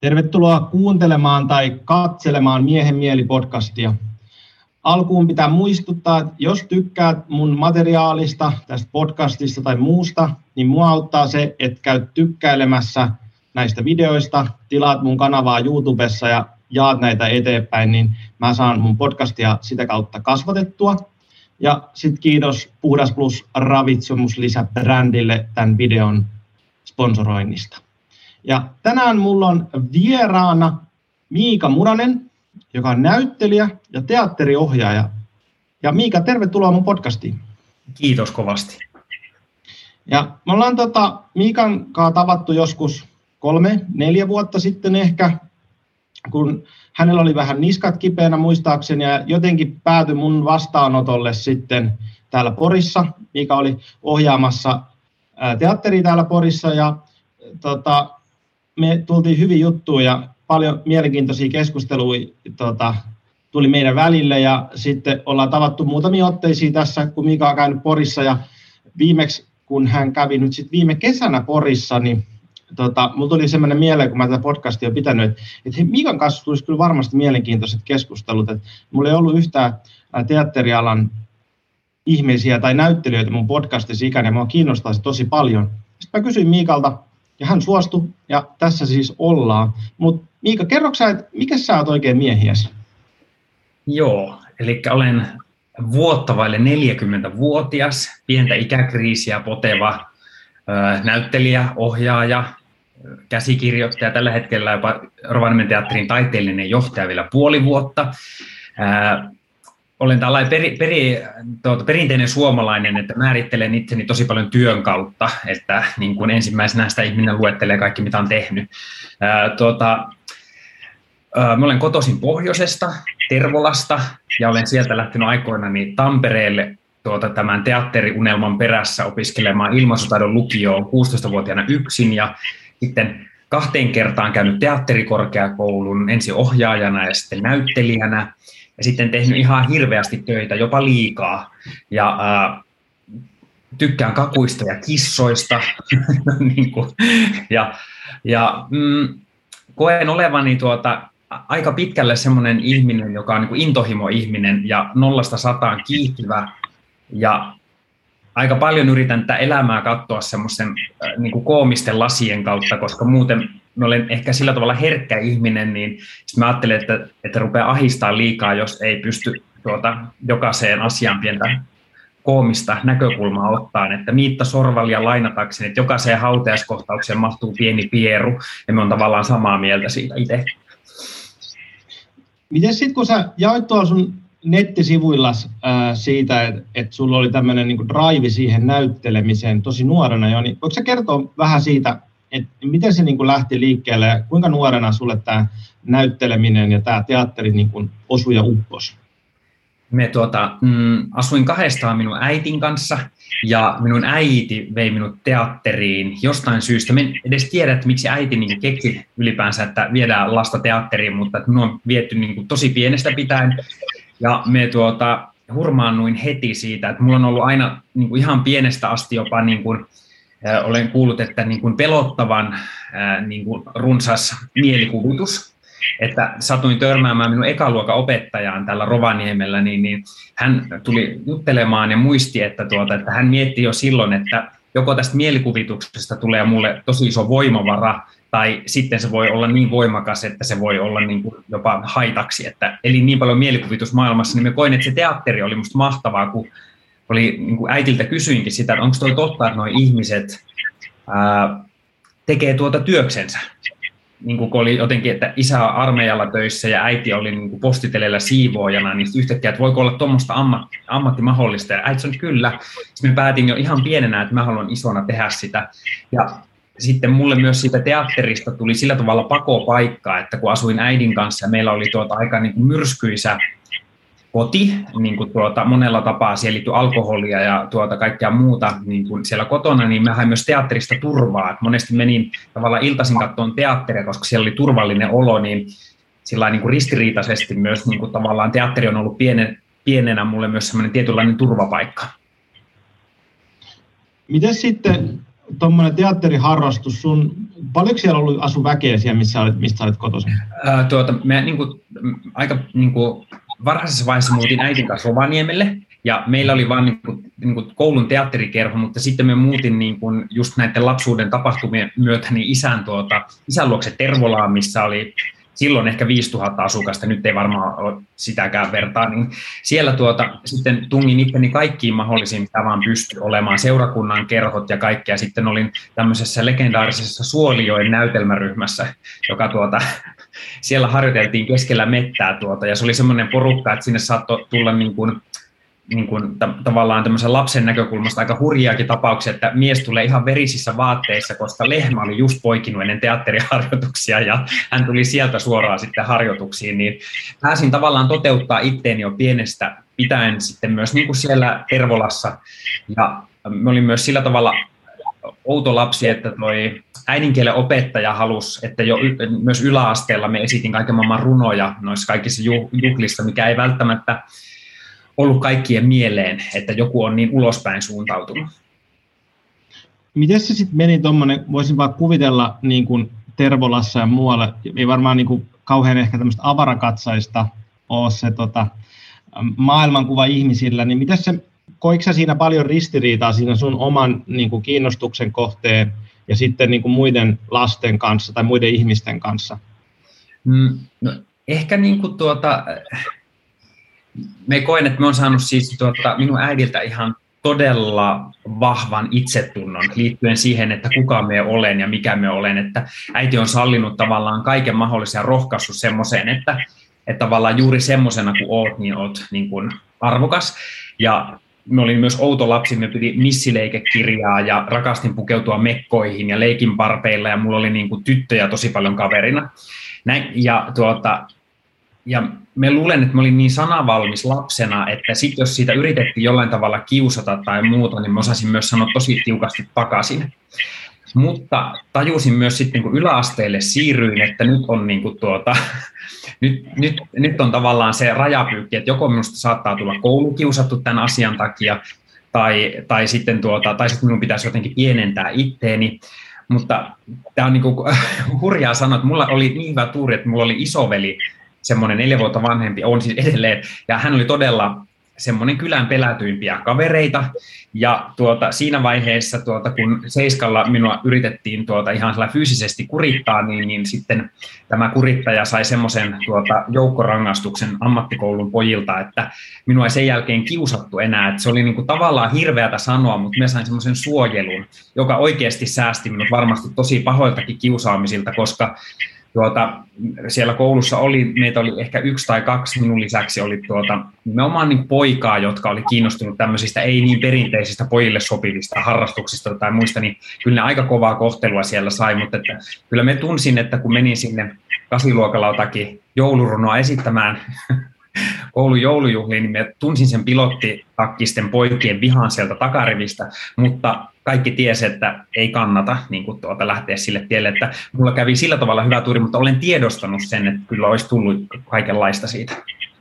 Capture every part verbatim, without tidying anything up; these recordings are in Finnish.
Tervetuloa kuuntelemaan tai katselemaan Miehen mieli-podcastia. Alkuun pitää muistuttaa, että jos tykkäät mun materiaalista, tästä podcastista tai muusta, niin mua auttaa se, että käyt tykkäilemässä näistä videoista, tilaat mun kanavaa YouTubessa ja jaat näitä eteenpäin, niin mä saan mun podcastia sitä kautta kasvatettua. Ja sitten kiitos Puhdas Plus ravitsemuslisäbrändille tämän videon sponsoroinnista. Ja tänään mulla on vieraana Miika Muranen, joka on näyttelijä ja teatteriohjaaja. Ja Miika, tervetuloa mun podcastiin. Kiitos kovasti. Ja me ollaan tota, Miikan kanssa tavattu joskus kolme, neljä vuotta sitten ehkä, kun hänellä oli vähän niskat kipeänä muistaakseni ja jotenkin päätyi mun vastaanotolle sitten täällä Porissa. Miika oli ohjaamassa teatteria täällä Porissa ja tota, me tultiin hyvin juttuun ja paljon mielenkiintoisia keskusteluja tota, tuli meidän välille ja sitten ollaan tavattu muutamia otteisia tässä, kun Miika on käynyt Porissa ja viimeksi, kun hän kävi nyt sitten viime kesänä Porissa, niin tota, mulla tuli semmoinen mieleen, kun mä tätä podcastia olen pitänyt, että, että Miikan kanssa tulisi kyllä varmasti mielenkiintoiset keskustelut, että mulla ei ollut yhtään teatterialan ihmisiä tai näyttelijöitä mun podcastissa ikään ja mua kiinnostaa se tosi paljon. Sitten mä kysyin Miikalta, ja hän suostui, ja tässä siis ollaan. Mutta Miika, kerroksä sä, että mikä sä oot oikein miehiäsi? Joo, eli olen vuotta vaille neljäkymmentävuotias, pientä ikäkriisiä poteva ö, näyttelijä, ohjaaja, käsikirjoittaja, tällä hetkellä jopa Rovaniemen teatterin taiteellinen johtaja vielä puoli vuotta. Ö, Olen tällainen peri, peri, tuota, perinteinen suomalainen, että määrittelen itseni tosi paljon työn kautta, että niin kuin ensimmäisenä sitä ihminen luettelee kaikki, mitä on tehnyt. Ää, tuota, ää, mä olen kotoisin Pohjoisesta, Tervolasta, ja olen sieltä lähtenyt aikoinani Tampereelle tuota, tämän teatteriunelman perässä opiskelemaan ilmaisutaidon lukioon kuusitoistavuotiaana yksin, ja sitten kahteen kertaan käynyt teatterikorkeakoulun ensin ohjaajana ja sitten näyttelijänä. Ja sitten tehnyt ihan hirveästi töitä, jopa liikaa. Ja ää, tykkään kakuista ja kissoista. niin kuin, ja ja mm, koen olevani tuota, aika pitkälle semmoinen ihminen, joka on niin kuin intohimo-ihminen ja nollasta sataan kiihtyvä. Ja aika paljon yritän tätä elämää katsoa semmoisen äh, niin kuin koomisten lasien kautta, koska muuten mä olen ehkä sillä tavalla herkkä ihminen, niin mä ajattelen, että, että rupeaa ahistaa liikaa, jos ei pysty tuota, jokaiseen asiaan pientä koomista näkökulmaa ottaan. Että Miitta Sorvalia lainatakseni, että jokaiseen hautajaiskohtaukseen mahtuu pieni pieru, ja me on tavallaan samaa mieltä siitä itse. Miten sitten, kun sä jaoit tuolla sun nettisivuillas ää, siitä, että et sulla oli tämmöinen niinku drive siihen näyttelemiseen tosi nuorena jo, niin voitko sä kertoa vähän siitä, että miten se niin kuin lähti liikkeelle ja kuinka nuorena sulle tämä näytteleminen ja tämä teatteri niin kuin osui ja upposi? Me tuota, mm, asuin kahdestaan minun äitin kanssa ja minun äiti vei minut teatteriin jostain syystä. Me en edes tiedä, että miksi äiti niin kuin keksi ylipäänsä, että viedään lasta teatteriin, mutta että minun on viety niin kuin tosi pienestä pitäen. Ja me tuota, hurmaannuin heti siitä, että minulla on ollut aina niin kuin ihan pienestä asti jopa niin kuin olen kuullut, että niin kuin pelottavan niin kuin runsas mielikuvitus, että satuin törmäämään minun ekaluokan opettajaan täällä Rovaniemellä, niin, niin hän tuli juttelemaan ja muisti, että, tuota, että hän mietti jo silloin, että joko tästä mielikuvituksesta tulee mulle tosi iso voimavara, tai sitten se voi olla niin voimakas, että se voi olla niin kuin jopa haitaksi. Että, eli niin paljon mielikuvitus maailmassa, niin mä koin, että se teatteri oli musta mahtavaa, kun oli, niin kuin äitiltä kysyinkin sitä, että onko toi totta, että nuo ihmiset ää, tekee tuota työksensä. Niin kuin oli jotenkin, että isä on armeijalla töissä ja äiti oli niin kuin postiteleillä siivoojana, niin yhtäkkiä, että voiko olla tuommoista ammatti, ammatti mahdollista. Ja äiti sanoi, että kyllä. Sitten me päätin jo ihan pienenä, että mä haluan isona tehdä sitä. Ja sitten mulle myös siitä teatterista tuli sillä tavalla pakopaikkaa, että kun asuin äidin kanssa ja meillä oli tuota aika niin kuin myrskyisä koti, niin kuin tuota, monella tapaa siellä liittyy alkoholia ja tuota, kaikkea muuta niin kuin siellä kotona, niin mä hain myös teatterista turvaa. Et monesti menin tavallaan iltaisin katsomaan teatteria, koska siellä oli turvallinen olo, niin sillä niin kuin ristiriitaisesti myös niin kuin tavallaan teatteri on ollut pienen, pienenä mulle myös semmoinen tietynlainen turvapaikka. Miten sitten, tuommoinen teatteriharrastus, sun, paljonko siellä ollut asu väkeä siellä, missä olit, mistä olit kotoisin? Ää, tuota, me niin kuin, aika niin kuin, varhaisessa vaiheessa muutin äitin kanssa Rovaniemelle, ja meillä oli vain niin kuin, niin kuin koulun teatterikerho, mutta sitten me muutin niin kuin, just näiden lapsuuden tapahtumien myötä niin isän, tuota, isän luokse Tervolaan, missä oli silloin ehkä viisituhatta asukasta, nyt ei varmaan ole sitäkään vertaa, niin siellä tuota, sitten tungin itteni kaikkiin mahdollisiin, mitä vaan pystyi olemaan, seurakunnan kerhot ja kaikkea. Sitten olin tämmöisessä legendaarisessa Suolijoen näytelmäryhmässä, joka tuota, siellä harjoiteltiin keskellä mettää, tuota, ja se oli semmoinen porukka, että sinne saattoi tulla niin kuin, niin kuin t- tavallaan tämmöisen lapsen näkökulmasta aika hurjiakin tapauksia, että mies tulee ihan verisissä vaatteissa, koska lehmä oli just poikinut ennen teatteriharjoituksia ja hän tuli sieltä suoraan sitten harjoituksiin, niin pääsin tavallaan toteuttaa itteeni jo pienestä pitäen sitten myös niin kuin siellä Tervolassa, ja me olin myös sillä tavalla outo lapsi, että toi äidinkielen opettaja halusi, että jo y- myös yläasteella me esitin kaiken maailman runoja noissa kaikissa juhlissa, mikä ei välttämättä ollut kaikkien mieleen, että joku on niin ulospäin suuntautunut. Miten se sitten meni tuommoinen, voisin vaan kuvitella niin kuin Tervolassa ja muualla, ei varmaan niin kuin kauhean ehkä tämmöistä avarakatsaista ole se tota, maailmankuva ihmisillä, niin miten se, koiko sä siinä paljon ristiriitaa siinä sun oman niin kuin kiinnostuksen kohteen ja sitten niin kuin muiden lasten kanssa tai muiden ihmisten kanssa? Mm, no, ehkä niin kuin tuota... Me koen, että me on saanut siis tuota, minun äidiltä ihan todella vahvan itsetunnon liittyen siihen, että kuka me olen ja mikä me olen. Että äiti on sallinut tavallaan kaiken mahdollisen ja rohkaissut semmoiseen, että, että tavallaan juuri semmoisena kuin oot, niin oot niin kuin arvokas. Ja me olin myös outo lapsi, me pidi missileikekirjaa ja rakastin pukeutua mekkoihin ja leikin parpeilla ja mulla oli niin kuin tyttöjä tosi paljon kaverina. Näin, ja tuota... Ja me luulen, että mä olin niin sanavalmis lapsena, että sit jos siitä yritettiin jollain tavalla kiusata tai muuta, niin mä osasin myös sanoa tosi tiukasti takaisin. Mutta tajusin myös sitten, kun yläasteelle siirryin, että nyt on, niin kuin tuota, nyt, nyt, nyt on tavallaan se rajapyykki, että joko minusta saattaa tulla koulukiusattu tämän asian takia, tai, tai, sitten, tuota, tai sitten minun pitäisi jotenkin pienentää itteeni. Mutta tämä on niin kuin hurjaa sanoa, että mulla oli niin hyvä tuuri, että mulla oli isoveli, semmoinen neljä vuotta vanhempi, on siis edelleen, ja hän oli todella semmoinen kylän pelätyimpiä kavereita, ja tuota, siinä vaiheessa, tuota, kun Seiskalla minua yritettiin tuota, ihan fyysisesti kurittaa, niin, niin sitten tämä kurittaja sai semmoisen tuota, joukkorangaistuksen ammattikoulun pojilta, että minua ei sen jälkeen kiusattu enää, että se oli niin kuin tavallaan hirveätä sanoa, mutta minä sain semmoisen suojelun, joka oikeasti säästi minut varmasti tosi pahoiltakin kiusaamisilta, koska Tuota, siellä koulussa oli, meitä oli ehkä yksi tai kaksi, minun lisäksi oli tuota, nimenomaan niin poikaa, jotka oli kiinnostunut tämmöisistä ei niin perinteisistä pojille sopivista harrastuksista tai muista, niin kyllä ne aika kovaa kohtelua siellä sai, mutta että kyllä me tunsin, että kun menin sinne kasiluokalautakin joulurunoa esittämään koulun joulujuhliin, niin me tunsin sen pilottitakkisten poikien vihan sieltä takarivistä, mutta kaikki tiesi, että ei kannata niin kuin tuota, lähteä sille tielle, että mulla kävi sillä tavalla hyvä tuuri, mutta olen tiedostanut sen, että kyllä olisi tullut kaikenlaista siitä.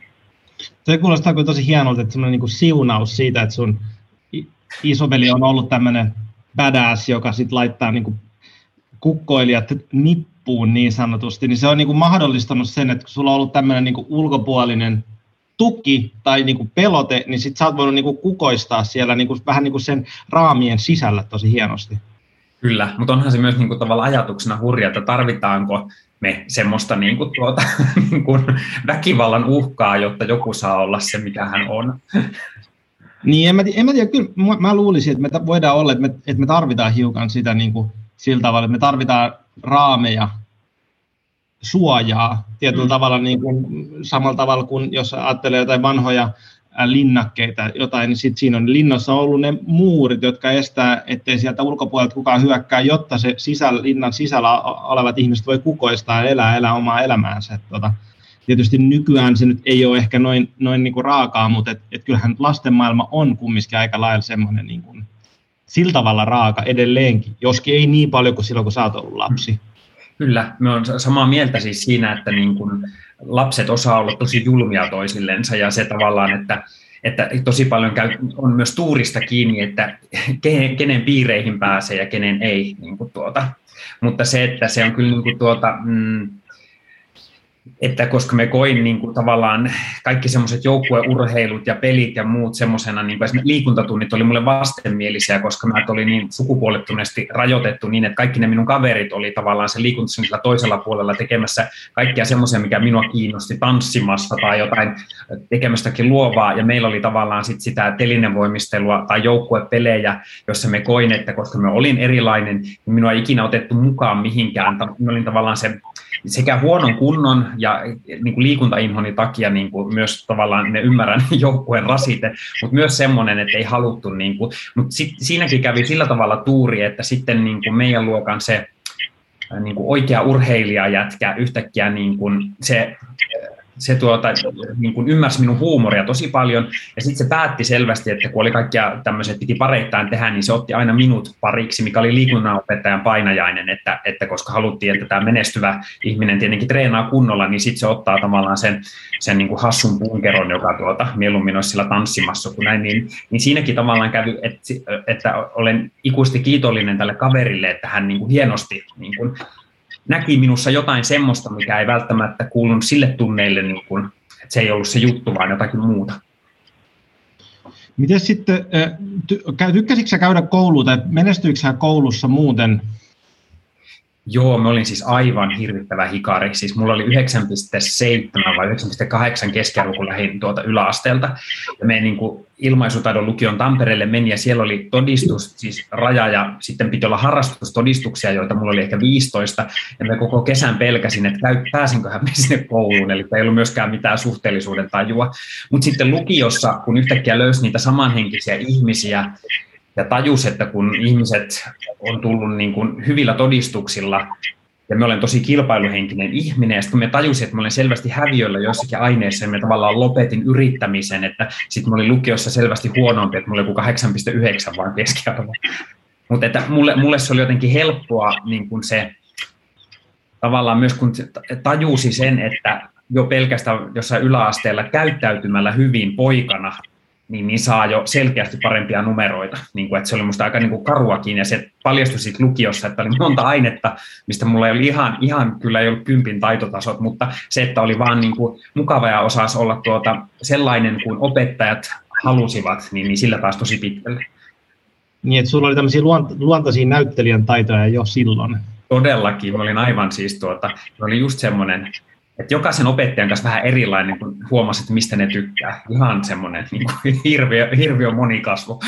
Se kuulostaa kyllä tosi hienolta, että semmoinen niin kuin siunaus siitä, että sun isoveli on ollut tämmöinen badass, joka sitten laittaa niin kuin kukkoilijat nippuun niin sanotusti, niin se on niin kuin mahdollistanut sen, että kun sulla on ollut tämmöinen niin kuin ulkopuolinen tuki tai niin kuin pelote, niin sit sä oot voinut niin kuin kukoistaa siellä niin kuin, vähän niin kuin sen raamien sisällä tosi hienosti. Kyllä, mutta onhan se myös niin kuin tavallaan ajatuksena hurja, että tarvitaanko me semmoista niin kuin tuota, niin kuin väkivallan uhkaa, jotta joku saa olla se, mikä hän on. Niin, en mä, en mä tiedä, kyllä mä, mä luulisin, että me voidaan olla, että me, että me tarvitaan hiukan sitä niin kuin, sillä tavalla, että me tarvitaan raameja, suojaa tietyllä mm. tavalla niin kuin, samalla tavalla kuin jos ajattelee jotain vanhoja linnakkeita, jotain, niin sit siinä on linnassa on ollut ne muurit, jotka estää, ettei sieltä ulkopuolelta kukaan hyökkää, jotta se sisällä, linnan sisällä olevat ihmiset voi kukoistaa ja elää, elää omaa elämäänsä. Et, tota, tietysti nykyään se nyt ei ole ehkä noin, noin niin kuin raakaa, mutta et, et kyllähän lasten maailma on kumminkin aika lailla semmoinen niin kuin, sillä tavalla raaka edelleenkin, joskin ei niin paljon kuin silloin, kun sä oot ollut lapsi. Kyllä, me on samaa mieltä siis siinä, että niin kun lapset osaa olla tosi julmia toisillensa ja se tavallaan, että että tosi paljon käy, on myös tuurista kiinni, että kenen, kenen piireihin pääsee ja kenen ei. Niin kuin tuota. Mutta se, että se on kyllä niin kuin tuota, mm, että koska me koin niin kuin tavallaan kaikki semmoiset joukkueurheilut ja pelit ja muut semmoisena, niin kuin esimerkiksi liikuntatunnit oli mulle vastenmielisiä, koska mä olin niin sukupuolittuneesti rajoitettu niin, että kaikki ne minun kaverit oli tavallaan se liikuntatunnilla toisella puolella tekemässä kaikkia semmoisia, mikä minua kiinnosti tanssimassa tai jotain tekemästäkin luovaa, ja meillä oli tavallaan sit sitä telinevoimistelua tai joukkuepelejä, jossa me koin, että koska me olin erilainen, niin minua ei ikinä otettu mukaan mihinkään. Minä olin tavallaan se sekä huonon kunnon ja niin kuin liikuntainhoni takia niin kuin myös tavallaan ne ymmärrän joukkueen rasite, mutta myös semmoinen, että ei haluttu, niin kuin, mutta sit, siinäkin kävi sillä tavalla tuuri, että sitten niin kuin meidän luokan se niin kuin oikea urheilijajätkä yhtäkkiä niin kuin se se tuota, niin kuin ymmärsi minun huumoria tosi paljon, ja sitten se päätti selvästi, että kun oli kaikkia tämmöiset, piti pareittain tehdä, niin se otti aina minut pariksi, mikä oli liikunnanopettajan painajainen, että, että koska haluttiin, että tämä menestyvä ihminen tietenkin treenaa kunnolla, niin sitten se ottaa tavallaan sen, sen niin kuin hassun punkeron, joka tuota, mieluummin olisi sillä tanssimassa kuin näin, niin, niin siinäkin tavallaan kävi, että, että olen ikuisesti kiitollinen tälle kaverille, että hän niin kuin hienosti niin kuin näki minussa jotain semmoista, mikä ei välttämättä kuulunut sille tunneille, niin kuin, että se ei ollut se juttu, vaan jotakin muuta. Miten sitten, tykkäsitkö sä käydä kouluun tai menestyikö sä koulussa muuten? Joo, mä olin siis aivan hirvittävä hikari. Siis mulla oli yhdeksän pilkku seitsemän vai yhdeksän pilkku kahdeksan keskiarvo, kun lähdin tuolta yläasteelta. Ja me niin kuin ilmaisutaidon lukion Tampereelle meni, ja siellä oli todistus, siis raja, ja sitten piti olla harrastustodistuksia, joita mulla oli ehkä viisitoista, ja me koko kesän pelkäsin, että käy, pääsinköhän me sinne kouluun, eli ei ollut myöskään mitään suhteellisuuden tajua. Mutta sitten lukiossa, kun yhtäkkiä löysi niitä samanhenkisiä ihmisiä, ja tajus, että kun ihmiset on tullut niin kuin hyvillä todistuksilla, ja me olen tosi kilpailuhenkinen ihminen, ja sitten kun me tajusin, että mä olen selvästi häviöllä joissakin aineissa, ja me tavallaan lopetin yrittämisen, että sitten mä olin lukiossa selvästi huonompi, että mulla oli joku kahdeksan pilkku yhdeksän vaan keskiarvo. Mutta että mulle, mulle se oli jotenkin helppoa niin kuin se, tavallaan myös kun tajusi sen, että jo pelkästään jossain yläasteella käyttäytymällä hyvin poikana, niin, niin saa jo selkeästi parempia numeroita. Niin kuin, että se oli musta aika niin kuin karuakin, ja se paljastui siitä lukiossa, että oli monta ainetta, mistä mulla ei ollut ihan, ihan kyllä ei ollut kympin taitotasot, mutta se, että oli vaan niin kuin mukava ja osasi olla tuota sellainen kuin opettajat halusivat, niin, niin sillä pääsi tosi pitkälle. Niin, että sulla oli tämmöisiä luontaisia näyttelijän taitoja jo silloin. Todellakin, mä olin aivan siis tuota, oli just semmoinen, että jokaisen opettajan kanssa vähän erilainen, kun huomasi, että mistä ne tykkää. Ihan semmoinen niin kuin hirviö, hirviö monikasvu.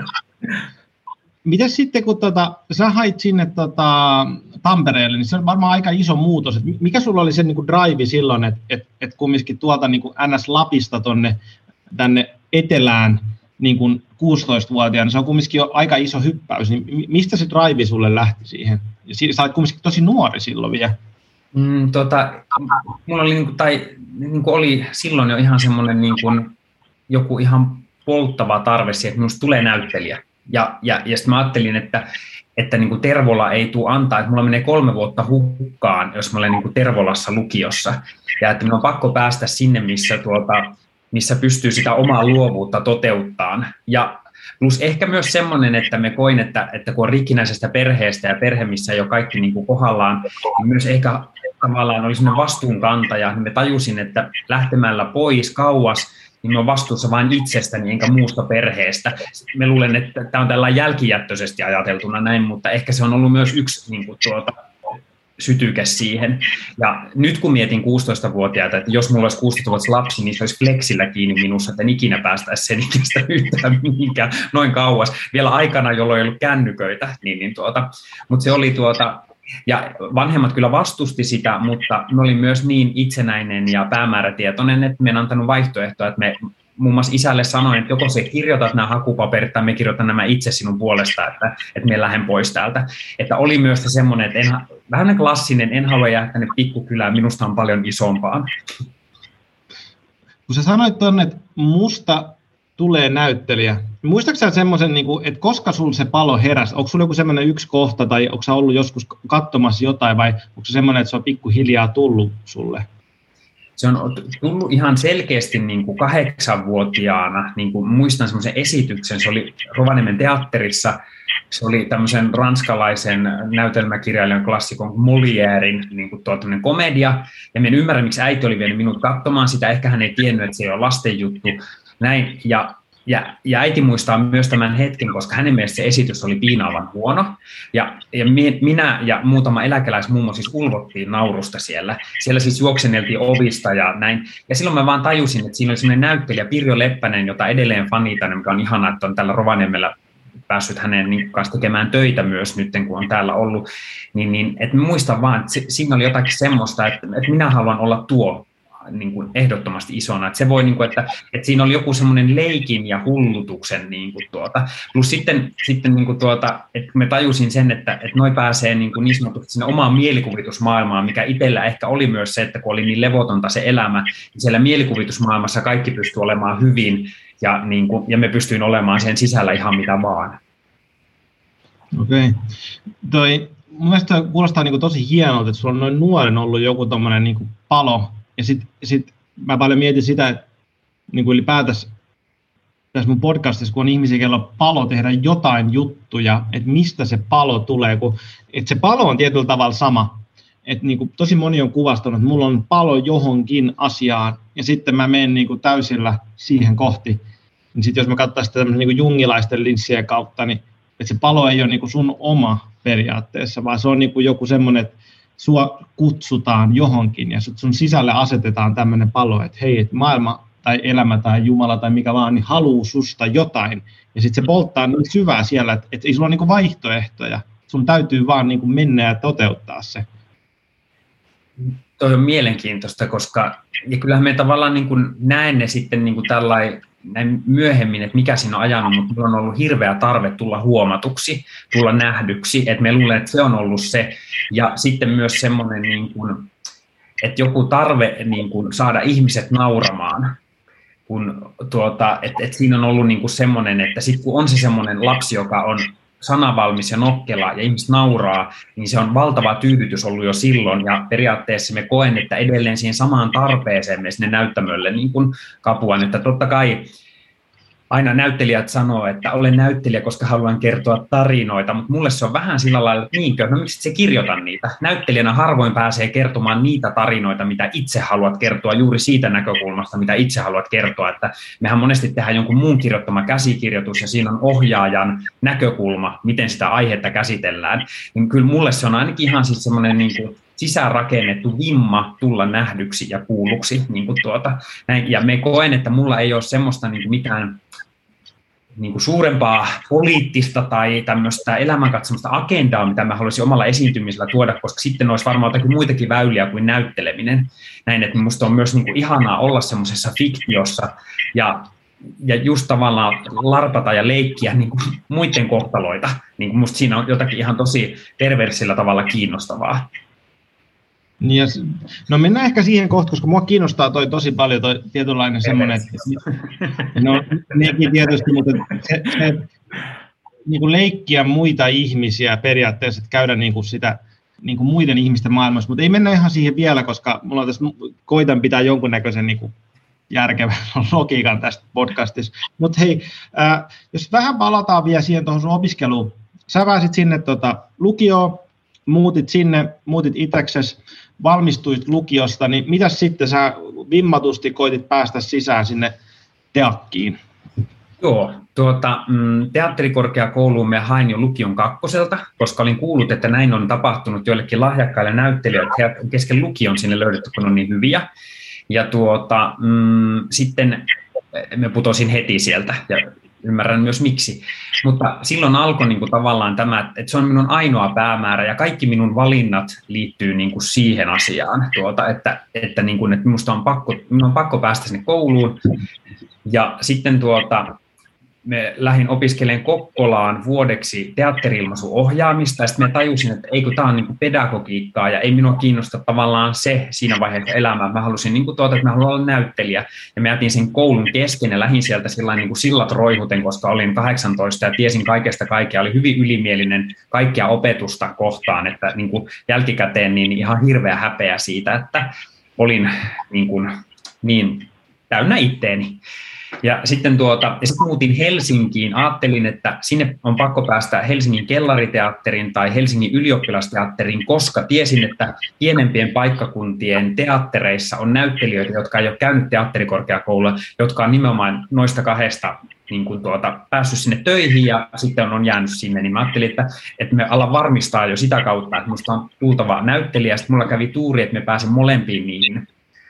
Miten sitten, kun tota, sä hait sinne tota, Tampereelle, niin se on varmaan aika iso muutos. Et mikä sulla oli se niin kuin drive silloin, että et, et kumminkin tuolta niin kuin N S-Lapista tonne, tänne etelään niin kuin kuusitoistavuotiaana, se on kumminkin jo aika iso hyppäys. Niin mistä se drive sulle lähti siihen? Ja sä olet kumminkin tosi nuori silloin vielä. Mm, tota, mulla oli, tai, niin kuin oli silloin jo ihan semmoinen niin kuin, joku ihan polttava tarve siihen, että minusta tulee näyttelijä. Ja, ja, ja sitten mä ajattelin, että, että niin kuin Tervola ei tule antaa, että mulla menee kolme vuotta hukkaan, jos mä olen niin kuin Tervolassa lukiossa. Ja että minun on pakko päästä sinne, missä, tuota, missä pystyy sitä omaa luovuutta toteuttamaan. Ja plus ehkä myös semmoinen, että me koin, että, että kun on rikkinäisestä perheestä ja perhe, missä ei ole kaikki niin kuin kohdallaan, niin myös ehkä tavallaan oli sellainen vastuunkantaja, niin me tajusin, että lähtemällä pois kauas, niin me on vastuussa vain itsestäni enkä muusta perheestä. Me luulen, että tämä on tällainen jälkijättöisesti ajateltuna näin, mutta ehkä se on ollut myös yksi niin kuin tuota, sytyke siihen. Ja nyt kun mietin kuusitoistavuotiaita, että jos mulla olisi kuusitoistavuotias lapsi, niin se olisi flexillä kiinni minussa, että en ikinä päästäisi sen ikäistä yhtään mihinkään noin kauas. Vielä aikana, jolloin ei ollut kännyköitä. Niin, niin tuota, mutta se oli tuota, ja vanhemmat kyllä vastusti sitä, mutta me olin myös niin itsenäinen ja päämäärätietoinen, että me en antanut vaihtoehtoa, että me muun muassa isälle sanoin, että joko se kirjoitat nämä hakupaperit tai me kirjoitan nämä itse sinun puolesta, että, että me lähden pois täältä. Että oli myös semmoinen, että en, vähän klassinen, en halua jäädä tänne pikkukylään, minusta on paljon isompaan. Kun sä sanoit tuonne, että musta tulee näyttelijä, muistaaksä sä semmoisen, että koska sulla se palo heräsi, onko sulla joku semmoinen yksi kohta tai onko sä ollut joskus katsomassa jotain vai onko se semmoinen, että se on pikkuhiljaa tullut sulle? se on tullut ihan selkeästi niin kuin kahdeksanvuotiaana, niin kuin muistan semmoisen esityksen, se oli Rovaniemen teatterissa, se oli tämmöisen ranskalaisen näytelmäkirjailijan klassikon Molièren niin kuin tuo komedia, ja minä en ymmärrä, miksi äiti oli vienyt minut katsomaan sitä, ehkä hän ei tiennyt, että se ei ole lasten juttu, näin, ja Ja, ja äiti muistaa myös tämän hetken, koska hänen mielestä se esitys oli piinaavan huono. Ja, ja minä ja muutama eläkeläismummo siis ulvottiin naurusta siellä. Siellä siis juokseneltiin ovista ja näin. Ja silloin mä vaan tajusin, että siinä oli sellainen näyttelijä Pirjo Leppänen, jota edelleen fanitan, mikä on ihanaa, että on tällä Rovaniemellä päässyt hänen niin kanssa tekemään töitä myös nyt, kun on täällä ollut. Niin, niin, että muistan vaan, että siinä oli jotakin semmoista, että, että minä haluan olla tuo. Niin kuin ehdottomasti isona. Että se voi, niin kuin, että, että siinä oli joku semmoinen leikin ja hullutuksen niin kuin tuota. Plus sitten, sitten niin kuin tuota, että me tajusin sen, että, että noi pääsee niin, kuin niin sanotusti sinne omaan mielikuvitusmaailmaan, mikä itsellä ehkä oli myös se, että kun oli niin levotonta se elämä, niin siellä mielikuvitusmaailmassa kaikki pystyy olemaan hyvin ja, niin kuin, ja me pystyin olemaan sen sisällä ihan mitä vaan. Okei. Toi, mun mielestä toi kuulostaa niin kuin tosi hienolta, että sulla on noin nuoren ollut joku tommoinen niin kuin palo. Ja sitten sit mä paljon mietin sitä, että niin kuin ylipäätänsä tässä mun podcastissa, kun on ihmisiä, joilla on palo tehdä jotain juttuja, että mistä se palo tulee. Kun, että se palo on tietyllä tavalla sama. Että niin kuin tosi moni on kuvastanut, että mulla on palo johonkin asiaan, ja sitten mä menen niin kuin täysillä siihen kohti. Niin sitten jos mä katsotaan sitä niin kuin jungilaisten linssien kautta, niin että se palo ei ole niin kuin sun oma periaatteessa, vaan se on niin kuin joku semmoinen, että sua kutsutaan johonkin ja sun sisälle asetetaan tämmöinen palo, että hei, että maailma tai elämä tai Jumala tai mikä vaan, niin haluaa susta jotain. Ja sitten se polttaa niin syvää siellä, että, että ei sulla ole niin kuin vaihtoehtoja. Sun täytyy vaan niin kuin mennä ja toteuttaa se. Toi on mielenkiintoista, koska ja kyllähän me tavallaan niin kuin näen ne sitten niin kuin tällainen näin myöhemmin, että mikä siinä on ajanut, mutta minulla on ollut hirveä tarve tulla huomatuksi, tulla nähdyksi, että me luulen, että se on ollut se. Ja sitten myös semmoinen, niin kuin, että joku tarve niin kuin saada ihmiset nauramaan, kun tuota, että, että siinä on ollut niin kuin semmoinen, että sitten kun on se semmoinen lapsi, joka on sanavalmis ja nokkela ja ihmiset nauraa, niin se on valtava tyydytys ollut jo silloin, ja periaatteessa me koen, että edelleen siihen samaan tarpeeseen me sinne näyttämölle niin kuin kapuan, että totta kai aina näyttelijät sanoo, että olen näyttelijä, koska haluan kertoa tarinoita, mutta mulle se on vähän sillä lailla, että niinkö, no miksi se kirjoita niitä? Näyttelijänä harvoin pääsee kertomaan niitä tarinoita, mitä itse haluat kertoa juuri siitä näkökulmasta, mitä itse haluat kertoa, että mehän monesti tehdään jonkun muun kirjoittama käsikirjoitus ja siinä on ohjaajan näkökulma, miten sitä aihetta käsitellään, niin kyllä mulle se on ainakin ihan siis semmoinen niin kuin sisäänrakennettu vimma tulla nähdyksi ja kuulluksi. Niin kuin tuota, näin. Ja me koen, että mulla ei ole semmoista niin kuin mitään niin kuin suurempaa poliittista tai tämmöistä elämänkatsomusta agendaa, mitä mä haluaisin omalla esiintymisellä tuoda, koska sitten olisi varmaan jotakin muitakin väyliä kuin näytteleminen. Näin, että musta on myös niin kuin ihanaa olla semmoisessa fiktiossa ja, ja just tavallaan larpata ja leikkiä niin kuin muiden kohtaloita. Niin kuin musta siinä on jotakin ihan tosi perversillä tavalla kiinnostavaa. Niin no mennään ehkä siihen kohtaan, koska mua kiinnostaa toi tosi paljon toi tietynlainen semmoinen, että no nekin tietysti, mutta se, se niin kuin leikkiä muita ihmisiä periaatteessa, että käydä niin kuin sitä niin kuin muiden ihmisten maailmassa, mutta ei mennä ihan siihen vielä, koska mulla on tässä, koitan pitää jonkunnäköisen niin kuin järkevän logiikan tästä podcastissa. Mutta hei, äh, jos vähän palataan vielä siihen tuohon sun opiskeluun, sä pääsit sinne tota, lukioon, muutit sinne, muutit itseksesi, valmistuit lukiosta, niin mitäs sitten sä vimmatusti koitit päästä sisään sinne teakkiin? Joo, tuota, teatterikorkeakouluun me hain jo lukion kakkoselta, koska olin kuullut, että näin on tapahtunut joillekin lahjakkaille näyttelijöille, he kesken lukion sinne löydetty, kun on niin hyviä. Ja tuota, mm, sitten me putosin heti sieltä ja ymmärrän myös miksi, mutta silloin alkoi niin kuin tavallaan tämä, että se on minun ainoa päämäärä ja kaikki minun valinnat liittyy niin kuin siihen asiaan, tuota, että, että, niin kuin, että minusta on pakko, minun on pakko päästä sinne kouluun ja sitten tuota, me lähdin opiskelemaan Kokkolaan vuodeksi teatteri-ilmaisuohjaamista ja sitten me tajusin, että ei kun tämä on niin kuin pedagogiikkaa ja ei minua kiinnosta tavallaan se siinä vaiheessa elämää. Mä halusin niin kuin tuota, että mä haluan olla näyttelijä ja mä jätin sen koulun kesken ja lähdin sieltä sillain niin kuin sillat roihuten, koska olin kahdeksantoista ja tiesin kaikesta kaikkea. Oli hyvin ylimielinen kaikkia opetusta kohtaan, että niin kuin jälkikäteen niin ihan hirveä häpeä siitä, että olin niin, kuin, niin täynnä itteeni. Ja sitten tuota, ja sit muutin Helsinkiin, ajattelin, että sinne on pakko päästä Helsingin kellariteatteriin tai Helsingin ylioppilasteatteriin, koska tiesin, että pienempien paikkakuntien teattereissa on näyttelijöitä, jotka ei ole käynyt teatterikorkeakoulua, jotka on nimenomaan noista kahdesta niin kuin tuota, päässyt sinne töihin ja sitten on, on jäänyt sinne, niin mä ajattelin, että, että me alan varmistaa jo sitä kautta, että musta on tultava näyttelijä, sitten mulla kävi tuuri, että me pääsin molempiin niihin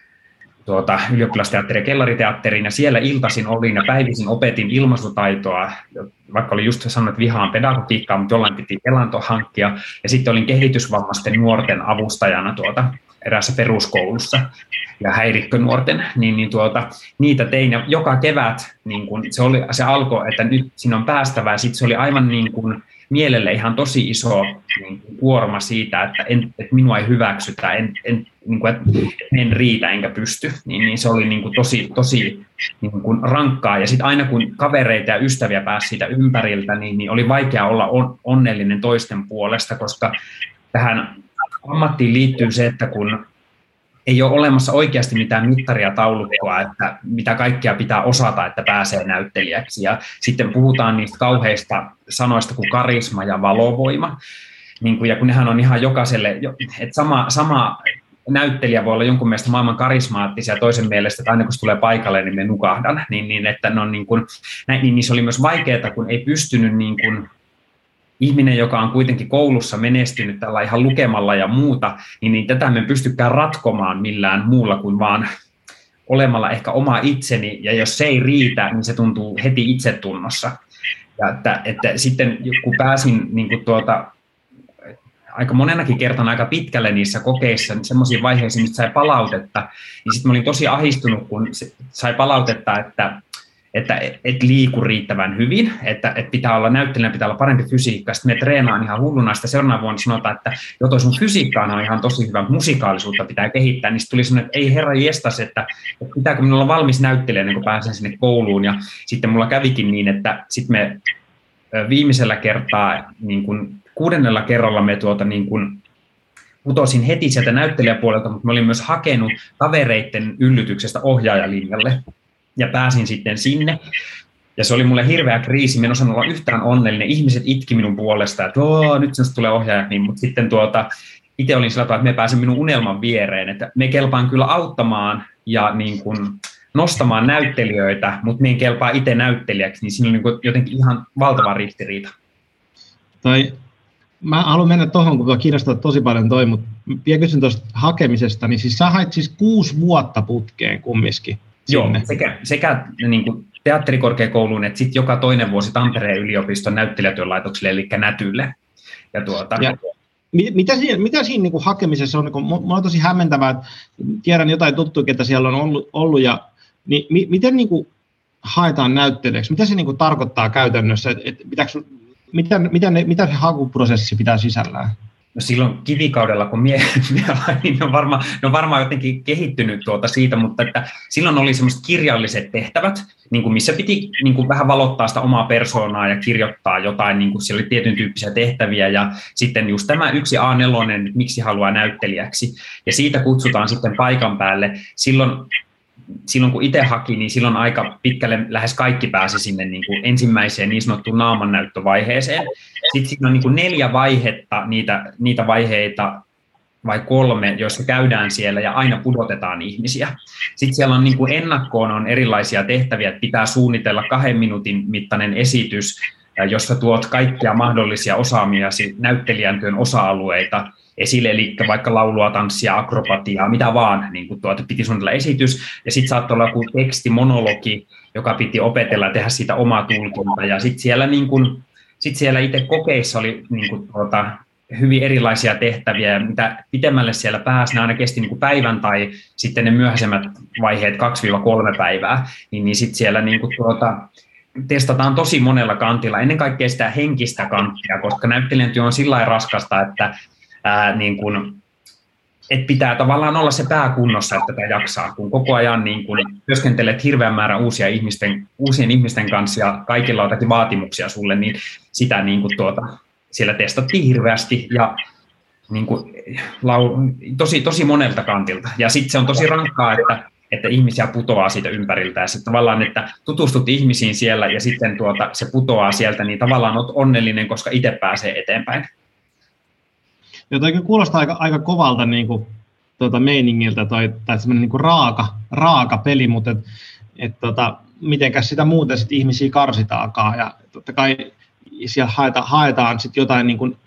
tuota, ylioppilasteatteriin ja kellariteatteriin, ja siellä iltaisin olin ja päivisin opetin ilmaisutaitoa, vaikka olin just sanonut, että vihaan pedagogiikkaa, mutta jollain piti elanto hankkia, ja sitten olin kehitysvammaisten nuorten avustajana tuota, eräässä peruskoulussa ja häirikkönuorten, niin, niin tuota, niitä tein, ja joka kevät niin kun se, oli, se alkoi, että nyt siinä on päästävää, ja sitten se oli aivan niin kuin mielelle ihan tosi iso niin kuin, kuorma siitä, että, en, että minua ei hyväksytä, en, en, niin kuin, että en riitä enkä pysty, niin, niin se oli niin kuin, tosi, tosi niin kuin, rankkaa. Ja sitten aina kun kavereita ja ystäviä pääsi siitä ympäriltä, niin, niin oli vaikea olla on, onnellinen toisten puolesta, koska tähän ammattiin liittyy se, että kun ei ole olemassa oikeasti mitään mittaria taulukkoa, että mitä kaikkea pitää osata, että pääsee näyttelijäksi. Ja sitten puhutaan niistä kauheista sanoista kuin karisma ja valovoima. Niin kuin, ja kun nehän on ihan jokaiselle, että sama, sama näyttelijä voi olla jonkun mielestä maailman karismaattisia ja toisen mielestä, että aina kun se tulee paikalle, niin me nukahdan. Niin, niin, että ne on niin kuin, näin, niin, niin se oli myös vaikeaa, kun ei pystynyt niin kuin, ihminen, joka on kuitenkin koulussa menestynyt tällä ihan lukemalla ja muuta, niin, niin tätä me pystykään ratkomaan millään muulla kuin vaan olemalla ehkä oma itseni, ja jos se ei riitä, niin se tuntuu heti itsetunnossa. Ja että, että sitten kun pääsin niin kuin tuota, aika monenakin kertana aika pitkälle niissä kokeissa, niin semmoisiin vaiheisiin, mistä sai palautetta, niin sitten mä olin tosi ahdistunut, kun sai palautetta, että että et liiku riittävän hyvin, että et pitää olla näyttelijänä, pitää olla parempi fysiikka. Sitten me treenaan ihan hulluna, sitä seuraavana vuonna sanotaan, että jo toi sun fysiikka on ihan tosi hyvä, musikaalisuutta pitää kehittää. Niin sitten tuli semmoinen, että ei herra jestas, että, että pitääkö minulla olla valmis näyttelijä, ennen kuin pääsen sinne kouluun. Ja sitten mulla kävikin niin, että sitten me viimeisellä kertaa, niin kuin kuudennella kerralla me tuota niin kuin putosin heti sieltä näyttelijäpuolelta, mutta mä olin myös hakenut kavereiden yllytyksestä ohjaajalinjalle. Ja pääsin sitten sinne, ja se oli mulle hirveä kriisi, mä en osannut olla yhtään onnellinen, ihmiset itki minun puolesta, että nyt sinusta tulee ohjaaja, niin, mutta sitten tuota, itse olin sillä tavalla, että me pääsin minun unelman viereen, että me kelpaan kyllä auttamaan ja niin kuin nostamaan näyttelijöitä, mutta me en kelpaa itse näyttelijäksi, niin siinä on niin kuin jotenkin ihan valtava ristiriita. Toi, mä haluan mennä tuohon, kun kiinnostaa tosi paljon toi, mutta vielä kysyn tuosta hakemisesta, niin siis sä hait siis kuusi vuotta putkeen kumminkin. Joo, sekä, sekä niin kuin teatterikorkeakouluun, että sitten joka toinen vuosi Tampereen yliopiston näyttelijätyölaitokselle, eli Nätylle. Ja tuota, ja, mitä siinä, mitä siinä niin kuin hakemisessa on? Niin kuin, mulla on tosi hämmentävää, että tiedän jotain tuttuja, ketä siellä on ollut, ollut ja niin, mi, miten niin kuin haetaan näyttelijäksi? Mitä se niin kuin tarkoittaa käytännössä? Et, et, pitääkö, mitä, mitä, ne, mitä se hakuprosessi pitää sisällään? No silloin kivikaudella, kun mie, mie niin ne on, varmaan, ne on varmaan jotenkin kehittynyt tuota siitä, mutta että silloin oli semmoiset kirjalliset tehtävät, niin kuin missä piti niin kuin vähän valottaa sitä omaa persoonaa ja kirjoittaa jotain, niin kuin siellä oli tietyn tyyppisiä tehtäviä, ja sitten just tämä yksi A neljä, miksi haluaa näyttelijäksi, ja siitä kutsutaan sitten paikan päälle. Silloin Silloin kun itse haki, niin silloin aika pitkälle lähes kaikki pääsi sinne niin kuin ensimmäiseen niin sanottuun naamannäyttövaiheeseen. Sitten siinä on niin kuin neljä vaihetta, niitä, niitä vaiheita vai kolme, joissa käydään siellä ja aina pudotetaan ihmisiä. Sitten siellä on niin kuin ennakkoon on erilaisia tehtäviä, että pitää suunnitella kahden minuutin mittainen esitys, jossa tuot kaikkia mahdollisia osaamiasi näyttelijän työn osa-alueita esille, eli vaikka laulua, tanssia, akrobatiaa, mitä vaan, niin kuin tuota, piti suunnitella esitys, ja sitten saattoi olla joku tekstimonologi, joka piti opetella ja tehdä siitä omaa tulkintaa, ja sitten siellä, niin kuin, sit siellä itse kokeissa oli niin kuin, tuota, hyvin erilaisia tehtäviä, ja mitä pitemmälle siellä pääsi, ne aina kesti niin kuin päivän tai sitten ne myöhäisemmät vaiheet kaksi kolme päivää, niin, niin sitten siellä niin kuin, tuota, testataan tosi monella kantilla, ennen kaikkea sitä henkistä kanttia, koska näyttelijän työ on sillä lailla raskasta, että ää, niin kun, et pitää tavallaan olla se pää kunnossa, että tätä jaksaa, kun koko ajan niin kun työskentelet hirveän määrän uusia ihmisten, uusien ihmisten kanssa ja kaikilla on jotakin vaatimuksia sulle, niin sitä niin kun tuota, siellä testattiin hirveästi. Ja niin kuin, lau, tosi, tosi monelta kantilta. Ja sitten se on tosi rankkaa, että, että ihmisiä putoaa siitä ympäriltä. Ja sitten tavallaan, että tutustut ihmisiin siellä ja sitten tuota, se putoaa sieltä, niin tavallaan olet onnellinen, koska itse pääsee eteenpäin. Ja toi kuulostaa aika, aika kovalta niin kuin, tuota, meiningiltä toi, tai semmoinen niin kuin raaka, raaka peli, mutta et, et, tota, mitenkäs sitä muuten sit ihmisiä karsitaakaan. Ja totta kai siellä haeta, haetaan sit jotain niin kuin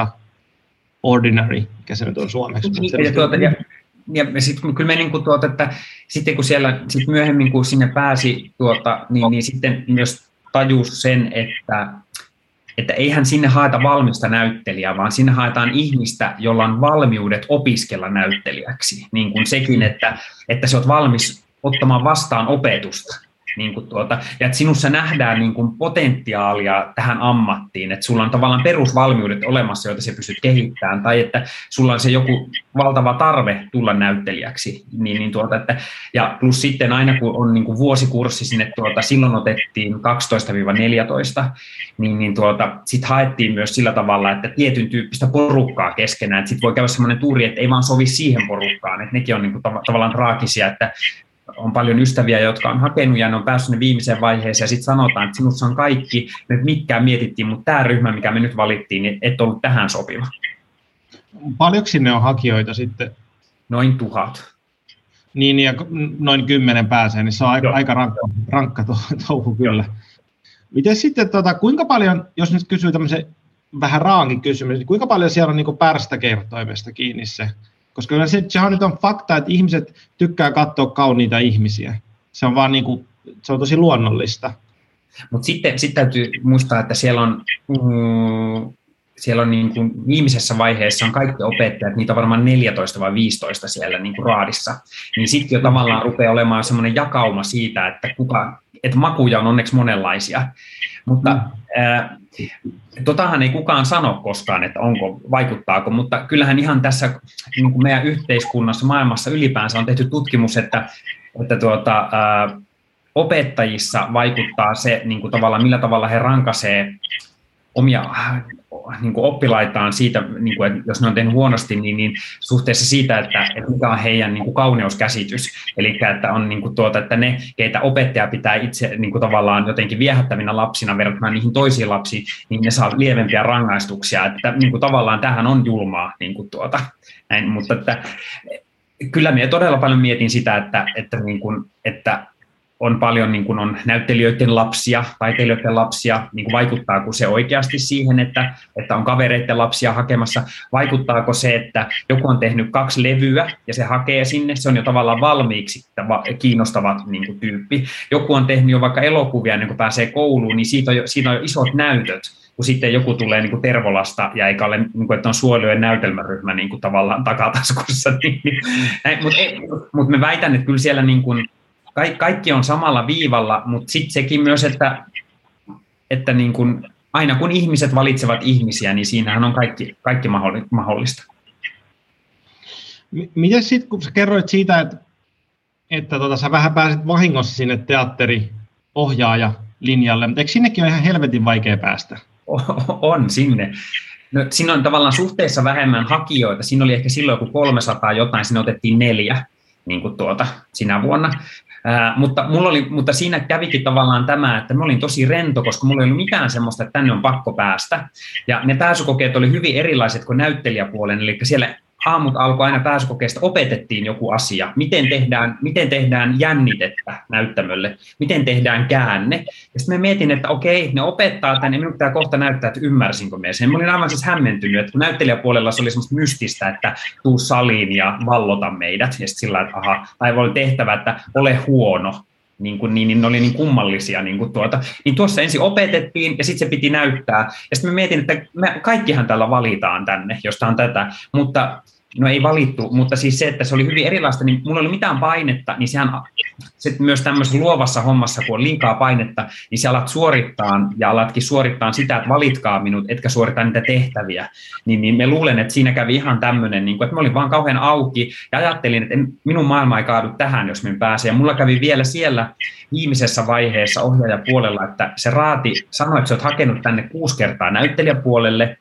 extraordinary, mikä se nyt on suomeksi. Ja, ja, tuota, ja, ja sitten kyllä me niin kuin tuota, että sitten kun siellä sit myöhemmin kun sinne pääsi, tuota, niin, niin sitten myös tajus sen, että että eihän sinne haeta valmista näyttelijää, vaan sinne haetaan ihmistä, jolla on valmiudet opiskella näyttelijäksi. Niin kuin sekin, että, että sä oot valmis ottamaan vastaan opetusta. Niin kuin tuota, ja että sinussa nähdään niin kuin potentiaalia tähän ammattiin, että sulla on tavallaan perusvalmiudet olemassa, joita sä pystyt kehittämään, tai että sulla on se joku valtava tarve tulla näyttelijäksi. Niin, niin tuota, että, ja plus sitten aina kun on niin kuin vuosikurssi sinne, tuota, silloin otettiin kaksitoista neljätoista, niin, niin tuota, sitten haettiin myös sillä tavalla, että tietyn tyyppistä porukkaa keskenään, että sitten voi käydä sellainen tuuri, että ei vaan sovi siihen porukkaan, että nekin on niin kuin tav- tavallaan traagisia, että on paljon ystäviä, jotka on hakenut ja ne on päässyt viimeiseen vaiheeseen ja sitten sanotaan, että sinussa on kaikki, me mitkään mietittiin, mutta tämä ryhmä, mikä me nyt valittiin, niin et ollut tähän sopiva. Paljonko sinne on hakijoita sitten? Noin tuhat. Niin, ja noin kymmenen pääsee, niin se on aika, aika rankka, rankka touhu kyllä. Miten sitten, tota, kuinka paljon, jos nyt kysyy tämmöisen vähän raankin kysymys, niin kuinka paljon siellä on niin kuin pärstäkertoimesta kiinni se? Koska se, sehän nyt on fakta, että ihmiset tykkää katsoa kauniita ihmisiä. Se on vaan niin kuin, se on tosi luonnollista. Mutta sitten sit täytyy muistaa, että siellä on, mm, siellä on niin kuin viimeisessä vaiheessa on kaikki opettajat, niitä on varmaan neljätoista vai viisitoista siellä niin kuin raadissa. Niin sitten jo tavallaan rupeaa olemaan semmoinen jakauma siitä, että, kuka, että makuja on onneksi monenlaisia. Mutta äh, totahan ei kukaan sano koskaan, että onko, vaikuttaako, mutta kyllähän ihan tässä niin kuin meidän yhteiskunnassa, maailmassa ylipäänsä on tehty tutkimus, että, että tuota, äh, opettajissa vaikuttaa se niin kuin tavallaan, millä tavalla he rankaisee omia niin kuin oppilaitaan siitä, niin kuin, että jos ne on tehnyt huonosti, niin, niin suhteessa siitä, että, että mikä on heidän niin kuin kauneuskäsitys. Eli että, on, niin kuin tuota, että ne, keitä opettaja pitää itse niin kuin tavallaan jotenkin viehättävinä lapsina verrattuna niihin toisiin lapsiin, niin ne saa lievempiä rangaistuksia. Että, niin kuin tavallaan tämähän on julmaa. Niin kuin tuota, näin, mutta että, kyllä minä todella paljon mietin sitä, että, että, niin kuin, että on paljon niin kuin on näyttelijöiden lapsia, taiteilijoiden lapsia, niin kuin vaikuttaako se oikeasti siihen, että, että on kavereiden lapsia hakemassa, vaikuttaako se, että joku on tehnyt kaksi levyä ja se hakee sinne, se on jo tavallaan valmiiksi kiinnostava niin kuin tyyppi. Joku on tehnyt jo vaikka elokuvia ennen kuin pääsee kouluun, niin siitä on jo, siitä on jo isot näytöt, kun sitten joku tulee niin kuin Tervolasta ja eikä ole, niin kuin, että on Suolujoen näytelmäryhmä niin kuin tavallaan takataskussa. Mutta mut me väitän, että kyllä siellä niin kuin kaikki on samalla viivalla, mutta sitten sekin myös, että, että niin kun, aina kun ihmiset valitsevat ihmisiä, niin siinähän on kaikki, kaikki mahdollista. Miten sitten, kun sä kerroit siitä, että, että tota, sä vähän pääsit vahingossa sinne teatteriohjaajalinjalle, mutta eikö sinnekin ole ihan helvetin vaikea päästä? On sinne. No, siinä on tavallaan suhteessa vähemmän hakijoita. Siinä oli ehkä silloin joku kolmesataa jotain, sinne otettiin neljä niin kuin tuota, sinä vuonna. Ää, mutta, mulla oli, mutta siinä kävikin tavallaan tämä, että mä olin tosi rento, koska mulla ei ollut mitään semmoista, että tänne on pakko päästä. Ja ne pääsykokeet oli hyvin erilaiset kuin näyttelijäpuolen, eli siellä aamut alkoi aina pääsykokeesta, opetettiin joku asia, miten tehdään, miten tehdään jännitettä näyttämölle, miten tehdään käänne. Ja sitten mä mietin, että okei, ne opettaa tänne, minun pitää kohta näyttää, että ymmärsinkö me sen. Mä olin aivan siis hämmentynyt, että kun näyttelijäpuolella se oli semmoista mystistä, että tuu saliin ja vallota meidät. Ja sitten sillä että aha, tai voi tehtävä, että ole huono. Niin, kuin, niin, niin ne oli niin kummallisia. Niin, kuin tuota. Niin tuossa ensin opetettiin ja sitten se piti näyttää. Ja sitten mä mietin, että me kaikkihan täällä valitaan tänne, josta on tätä, mutta no ei valittu, mutta siis se, että se oli hyvin erilaista, niin mulla ei ollut mitään painetta, niin sehän se myös tämmöisessä luovassa hommassa, kun on liikaa painetta, niin sä alat suorittaa ja alatkin suorittaa sitä, että valitkaa minut, etkä suorittaa niitä tehtäviä. Niin, niin me luulen, että siinä kävi ihan tämmöinen, niin kuin, että mä olin vaan kauhean auki ja ajattelin, että minun maailma ei kaadu tähän, jos minä pääsen. Ja mulla kävi vielä siellä viimeisessä vaiheessa ohjaajapuolella, että se raati sanoi, että sä oot hakenut tänne kuusi kertaa näyttelijäpuolelle,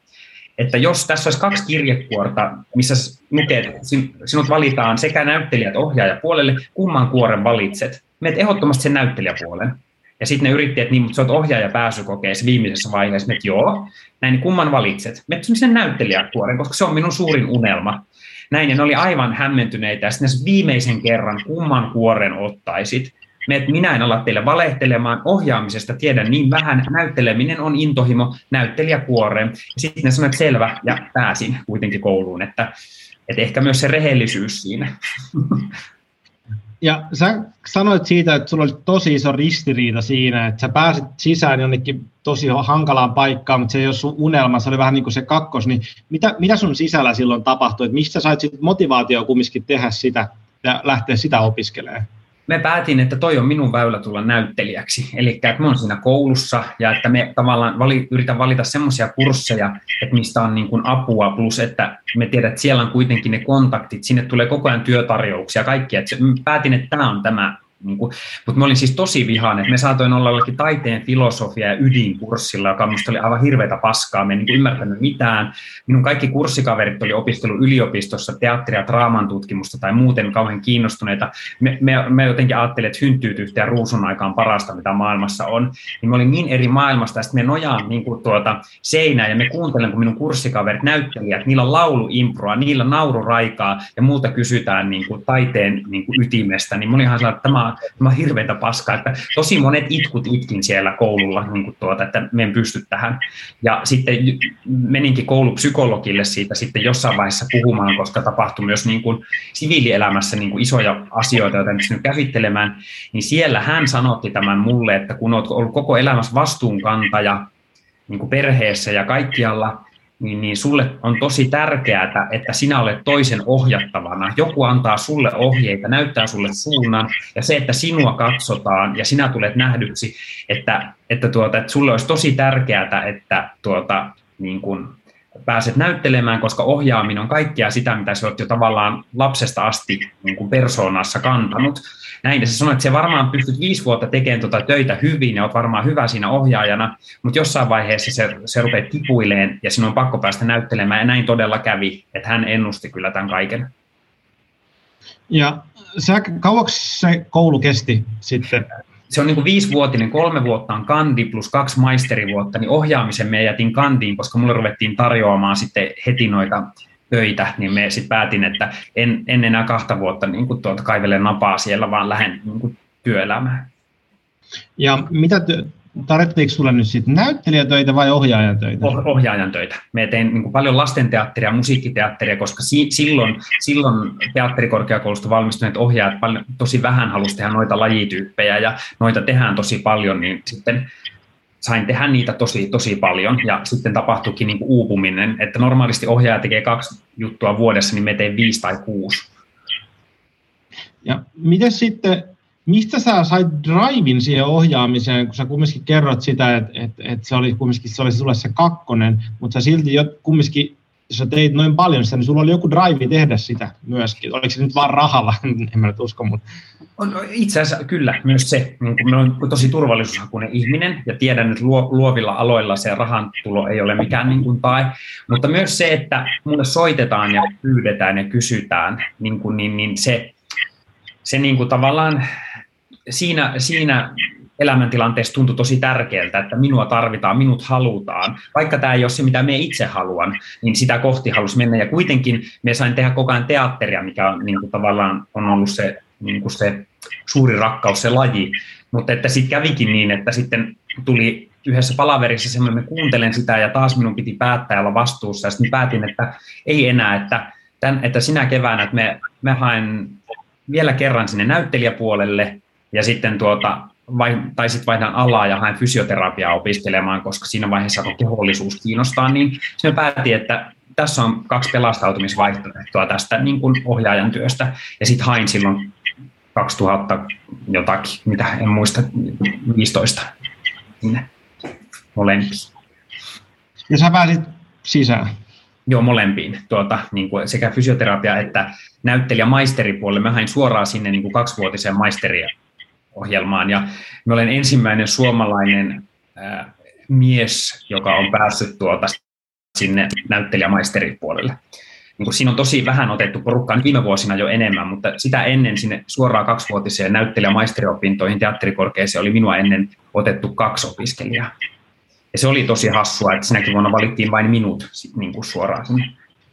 että jos tässä olisi kaksi kirjekuorta, missä lukee, sinut valitaan sekä näyttelijä että ohjaaja puolelle, kumman kuoren valitset? Meet ehdottomasti sen näyttelijäpuolen. Ja sitten ne yritti, että niin, mutta sä oot ohjaaja pääsykokeessa viimeisessä vaiheessa, että joo, näin, niin kumman valitset? Meet sen näyttelijäkuoren, koska se on minun suurin unelma. Näin, ja ne oli aivan hämmentyneitä, ja sitten viimeisen kerran kumman kuoren ottaisit. Me, minä en ala teille valehtelemaan, ohjaamisesta tiedän niin vähän, näytteleminen on intohimo, näyttelijäkuoreen. Ja sitten ne sanoivat, että selvä, ja pääsin kuitenkin kouluun, että, että ehkä myös se rehellisyys siinä. Ja sä sanoit siitä, että sulla oli tosi iso ristiriita siinä, että sä pääsit sisään jonnekin tosi hankalaan paikkaan, mutta se ei ole sun unelma, se oli vähän niin kuin se kakkos. Niin mitä, mitä sun sisällä silloin tapahtui? Että mistä sait sit motivaatioa kumminkin tehdä sitä ja lähteä sitä opiskelemaan? Me päätin, että toi on minun väylä tulla näyttelijäksi. Eli että mä oon siinä koulussa ja että me tavallaan vali, yritän valita semmoisia kursseja, että mistä on niin kuin apua, plus että me tiedät, että siellä on kuitenkin ne kontaktit, sinne tulee koko ajan työtarjouksia, kaikkia. Että päätin, että tämä on tämä. Niin kuin, mutta mä olin siis tosi vihainen, että me saatoin olla jollakin taiteen filosofia ja ydinkurssilla, joka minusta oli aivan hirveätä paskaa, me en niin ymmärtänyt mitään. Minun kaikki kurssikaverit oli opiskellut yliopistossa teatteria ja draaman tutkimusta tai muuten kauhean kiinnostuneita. Me, me, me jotenkin ajattelin, että hynttyytystä ja ruusun aika on parasta, mitä maailmassa on. Niin me olin niin eri maailmasta, ja sitten me nojaan niin kuin tuota seinään, ja me kuuntelen, kun minun kurssikaverit näyttelijät, niillä on lauluimproa, niillä on naururaikaa, ja muuta kysytään niin kuin taiteen niin kuin ytimestä, niin mä olin ihan sellainen, että tämä Tämä on hirveätä paskaa, että tosi monet itkut itkin siellä koululla, niin kuin tuota, että me en pysty tähän. Ja sitten meninkin koulupsykologille siitä sitten jossain vaiheessa puhumaan, koska tapahtui myös niin kuin siviilielämässä niin kuin isoja asioita, joita en pystynyt käsittelemään. Niin siellä hän sanotti tämän mulle, että kun olet ollut koko elämässä vastuunkantaja niin kuin perheessä ja kaikkialla, Niin, niin sulle on tosi tärkeää, että sinä olet toisen ohjattavana. Joku antaa sulle ohjeita, näyttää sulle suunnan, ja se, että sinua katsotaan ja sinä tulet nähdyksi, että, että, tuota, että sulle olisi tosi tärkeää, että tuota, niin kun pääset näyttelemään, koska ohjaaminen on kaikkea sitä, mitä sä olet jo tavallaan lapsesta asti niin kuin persoonassa kantanut. Näin, ja se sanoi, että se varmaan pystyt viisi vuotta tekemään tuota töitä hyvin, ja olet varmaan hyvä siinä ohjaajana, mutta jossain vaiheessa se, se rupeaa kipuileen, ja sinun on pakko päästä näyttelemään, ja näin todella kävi, että hän ennusti kyllä tämän kaiken. Ja sä, kauaksi se koulu kesti sitten? Se on niin kuin viisivuotinen, kolme vuotta on kandi plus kaksi maisterivuotta, niin ohjaamisen me jätin kandiin, koska mulle ruvettiin tarjoamaan sitten heti noita töitä, niin me sitten päätin, että en, en enää kahta vuotta niin kuin tuolta kaivele napaa siellä, vaan lähden niin kuin työelämään. Ja mitä ty- tarvittiinko sulle nyt sitten näyttelijätöitä vai ohjaajan töitä? Oh, ohjaajan töitä. Me tein niin kuin paljon lastenteatteria ja musiikkiteatteria, koska si- silloin, silloin teatterikorkeakoulusta valmistuneet ohjaajat paljon, tosi vähän halusi tehdä noita lajityyppejä, ja noita tehdään tosi paljon, niin sitten sain tehdä niitä tosi, tosi paljon, ja sitten tapahtuikin niin kuin uupuminen, että normaalisti ohjaaja tekee kaksi juttua vuodessa, niin me tein viisi tai kuusi. Ja miten sitten, mistä sä sait drivin siihen ohjaamiseen, kun sä kumminkin kerrot sitä, että, että, että se oli kumminkin se oli sulle se kakkonen, mutta sä silti jo kumminkin, jos sä teit noin paljon sitä, niin sulla oli joku drive tehdä sitä myöskin. Oliko se nyt vaan rahalla? En mä nyt usko, mutta on, itse asiassa kyllä myös se, niin kun minä olen tosi turvallisuushakuinen ihminen ja tiedän, että luovilla aloilla se rahantulo ei ole mikään niin kuin tae, mutta myös se, että mulle soitetaan ja pyydetään ja kysytään, niin, kuin, niin, niin se, se niin kuin tavallaan siinä, siinä elämäntilanteessa tuntui tosi tärkeältä, että minua tarvitaan, minut halutaan. Vaikka tämä ei ole se, mitä me itse haluan, niin sitä kohti halusi mennä. Ja kuitenkin me sain tehdä koko ajan teatteria, mikä on, niin kuin tavallaan on ollut se, niin kuin se suuri rakkaus, se laji. Mutta että sitten kävikin niin, että sitten tuli yhdessä palaverissa semmoinen, kuuntelen sitä ja taas minun piti päättää olla vastuussa. Ja sitten päätin, että ei enää, että, tämän, että sinä keväänä, että me, me haen vielä kerran sinne näyttelijäpuolelle ja sitten tuota, vai, tai sitten vaihdan alaa ja haen fysioterapiaa opiskelemaan, koska siinä vaiheessa kun kehollisuus kiinnostaa, niin me päätin, että tässä on kaksi pelastautumisvaihtoehtoa tästä niin kuin ohjaajan työstä, ja sitten hain silloin kaksituhatta jotakin, mitä en muista, viisitoista sinne molempiin. Ja sä pääsit sisään? Joo, molempiin, tuota, niin kuin sekä fysioterapia että näyttelijä maisteripuolelle. Mä hain suoraan sinne niin kuin kaksivuotiseen maisteriohjelmaan, ja mä olen ensimmäinen suomalainen ää, mies, joka on päässyt tuota sinne näyttelijämaisteripuolelle. Niin kuin siinä on tosi vähän otettu porukkaa, nyt viime vuosina jo enemmän, mutta sitä ennen sinne suoraan kaksivuotiseen näyttelijämaisteriopintoihin teatterikorkeeseen oli minua ennen otettu kaksi opiskelijaa. Ja se oli tosi hassua, että sinäkin vuonna valittiin vain minut niin kuin suoraan sinne.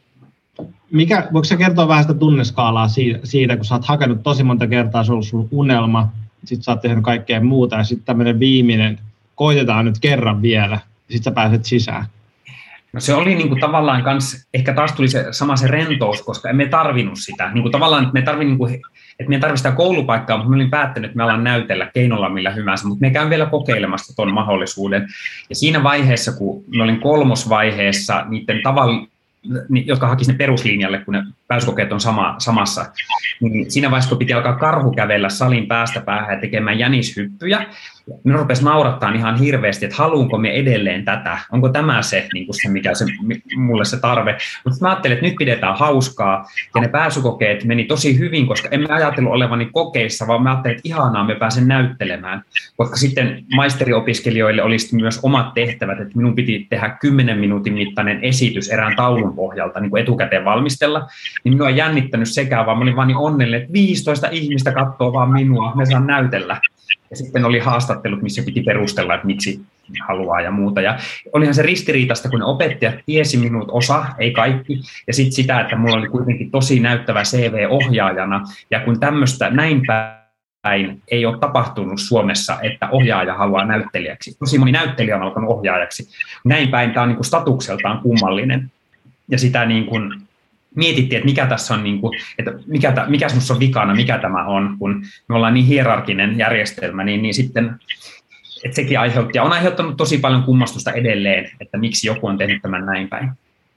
Mikä, voiko sä kertoa vähän sitä tunneskaalaa siitä, siitä, kun sä oot hakenut tosi monta kertaa, se on ollut sun unelma, sit sä oot tehnyt kaikkea muuta ja sitten tämmöinen viimeinen, koitetaan nyt kerran vielä, ja sit sä pääset sisään. No se oli niin kuin tavallaan kans, ehkä taas tuli se sama se rentous, koska emme tarvinnut sitä. Niin kuin tavallaan, että me tarvittiin niin kuin, että me tarvittiin sitä koulupaikkaa, mutta me olin päättänyt, että me alan näytellä keinolla millä hyvänsä, mutta me käyn vielä kokeilemassa tuon mahdollisuuden. Ja siinä vaiheessa, kun me olin kolmosvaiheessa niiden tavalla, jotka haki sinne peruslinjalle, kun ne pääsykokeet on sama, samassa, niin siinä vaiheessa, kun piti alkaa karhu kävellä salin päästä päähän ja tekemään jänishyppyjä, minun rupesi naurattaa ihan hirveästi, että haluanko me edelleen tätä, onko tämä se, niin kuin se mikä se, mulle se tarve. Mutta mä ajattelin, että nyt pidetään hauskaa, ja ne pääsykokeet meni tosi hyvin, koska emme ajatellut olevani kokeissa, vaan mä ajattelin, että ihanaa, me pääsen näyttelemään, koska sitten maisteriopiskelijoille olisi myös omat tehtävät, että minun piti tehdä kymmenen minuutin mittainen esitys erään taulun pohjalta, niin kuin etukäteen valmistella, niin minua ei jännittänyt sekään, vaan mä olin vaan niin onnellinen, että viisitoista ihmistä katsoo vaan minua, me saan näytellä. Ja sitten oli haastattelut, missä piti perustella, että miksi haluaa ja muuta. Ja olihan se ristiriitaista, kun ne opettajat tiesi minut osa, ei kaikki. Ja sitten sitä, että mulla oli kuitenkin tosi näyttävä C V-ohjaajana. Ja kun tämmöistä näin päin ei ole tapahtunut Suomessa, että ohjaaja haluaa näyttelijäksi. Tosi moni näyttelijä on alkanut ohjaajaksi. Näin päin tämä on niin kuin statukseltaan kummallinen. Ja sitä niin kuin mietittiin, että mikä tässä on, niin kuin, että mikä, mikä sinussa on vikana, mikä tämä on, kun me ollaan niin hierarkinen järjestelmä, niin, niin sitten, että sekin aiheutti, ja on aiheuttanut tosi paljon kummastusta edelleen, että miksi joku on tehnyt tämän näin päin.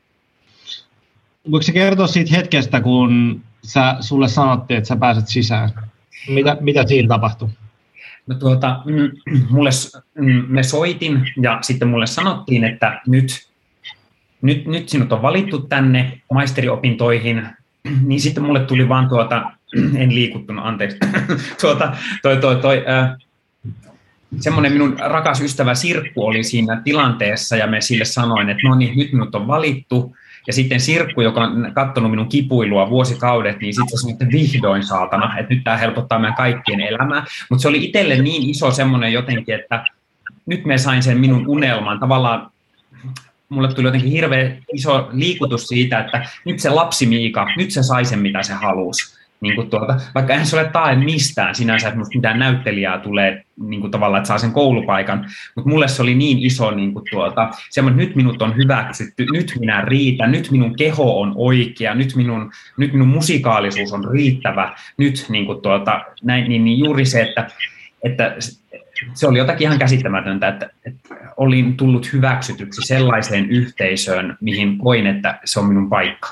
Voiko sä kertoa siitä hetkestä, kun sä, sulle sanottiin, että sä pääset sisään? Mitä, mitä siinä tapahtui? No tuota, mulle, me soitin, ja sitten mulle sanottiin, että nyt, Nyt, nyt sinut on valittu tänne maisteriopintoihin, niin sitten mulle tuli vaan tuota, en liikuttunut, anteeksi, tuota, toi, toi, toi, äh, semmoinen minun rakas ystävä Sirkku oli siinä tilanteessa ja me sille sanoin, että no niin, nyt minut on valittu. Ja sitten Sirkku, joka on katsonut minun kipuilua vuosikaudet, niin sitten se sanoi, että vihdoin saatana, että nyt tämä helpottaa meidän kaikkien elämää. Mutta se oli itselle niin iso semmoinen jotenkin, että nyt me sain sen minun unelman tavallaan. Mulle tuli jotenkin hirveän iso liikutus siitä, että nyt se lapsi Miika, nyt se sai sen, mitä se halusi. Niin kuin tuota, vaikka eihän se ole tae mistään sinänsä, että musta mitään näyttelijää tulee niin kuin tavallaan, että saa sen koulupaikan, mutta mulle se oli niin iso, niin kuin tuota, semmoinen, että nyt minut on hyväksytty, nyt minä riitän, nyt minun keho on oikea, nyt minun, nyt minun musikaalisuus on riittävä, nyt niin kuin tuota, näin, niin, niin juuri se, että, että se oli jotakin ihan käsittämätöntä, että, että olin tullut hyväksytyksi sellaiseen yhteisöön, mihin koin, että se on minun paikka.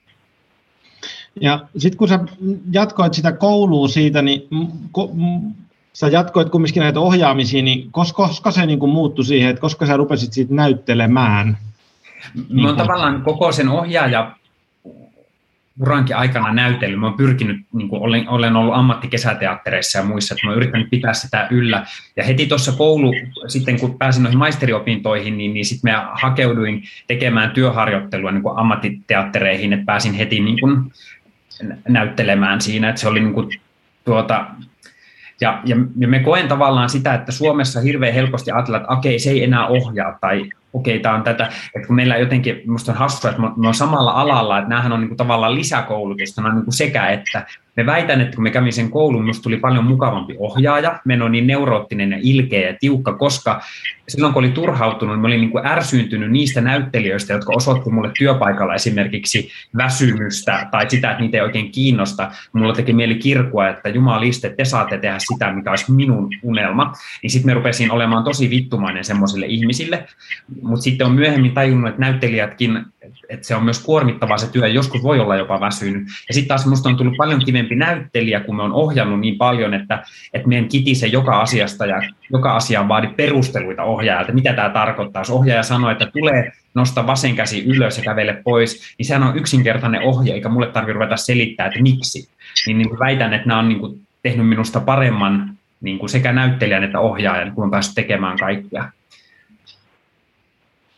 Ja sitten kun sä jatkoit sitä koulua siitä, niin ko, sä jatkoit kumminkin näitä ohjaamisia, niin koska, koska se niin kuin muuttui siihen, että koska sä rupesit siitä näyttelemään? Mä oon tavallaan koko sen ohjaaja urankin aikana näytellyt. Mä oon pyrkinyt, niin kuin olen, olen ollut ammattikesäteattereissa ja muissa, että mä oon yrittänyt pitää sitä yllä. Ja heti tuossa koulu, sitten kun pääsin noihin maisteriopintoihin, niin, niin sitten mä hakeuduin tekemään työharjoittelua niin kuin ammattiteattereihin, että pääsin heti niin kuin näyttelemään siinä, että se oli niin kuin tuota. Ja, ja, ja me koen tavallaan sitä, että Suomessa hirveän helposti ajatellaan, että okei, se ei enää ohjaa tai okei, tämä on tätä, että kun meillä jotenkin, minusta on hassua, että me on samalla alalla, että näähän on niin kuin tavallaan lisäkoulutusta, on niin kuin sekä että. Me väitän, että kun me kävin sen koulun, minusta tuli paljon mukavampi ohjaaja. Me on niin neuroottinen ja ilkeä ja tiukka, koska silloin kun oli turhautunut, niin mä olin niin kuin ärsyyntynyt niistä näyttelijöistä, jotka osoitti mulle työpaikalla esimerkiksi väsymystä tai sitä, että niitä ei oikein kiinnosta. Mulla teki mieli kirkua, että jumaliste, te saatte tehdä sitä, mikä olisi minun unelma. Niin sitten me rupesin olemaan tosi vittumainen semmoisille ihmisille. Mutta sitten on myöhemmin tajunnut, että näyttelijätkin, että se on myös kuormittavaa se työ, ja joskus voi olla jopa väsynyt. Ja sitten taas minusta on tullut paljon kivempi näyttelijä, kun me on ohjannut niin paljon, että, että meidän kitise joka asiasta ja joka asiaan vaadi perusteluita ohjaajalta, mitä tämä tarkoittaa. Jos ohjaaja sanoo, että tulee nosta vasen käsi ylös ja kävele pois, niin sehän on yksinkertainen ohje, eikä mulle tarvitse ruveta selittää, että miksi. Niin, niin väitän, että nämä on niin kuin tehnyt minusta paremman niin kuin sekä näyttelijän että ohjaajan, kun on päässyt tekemään kaikkea.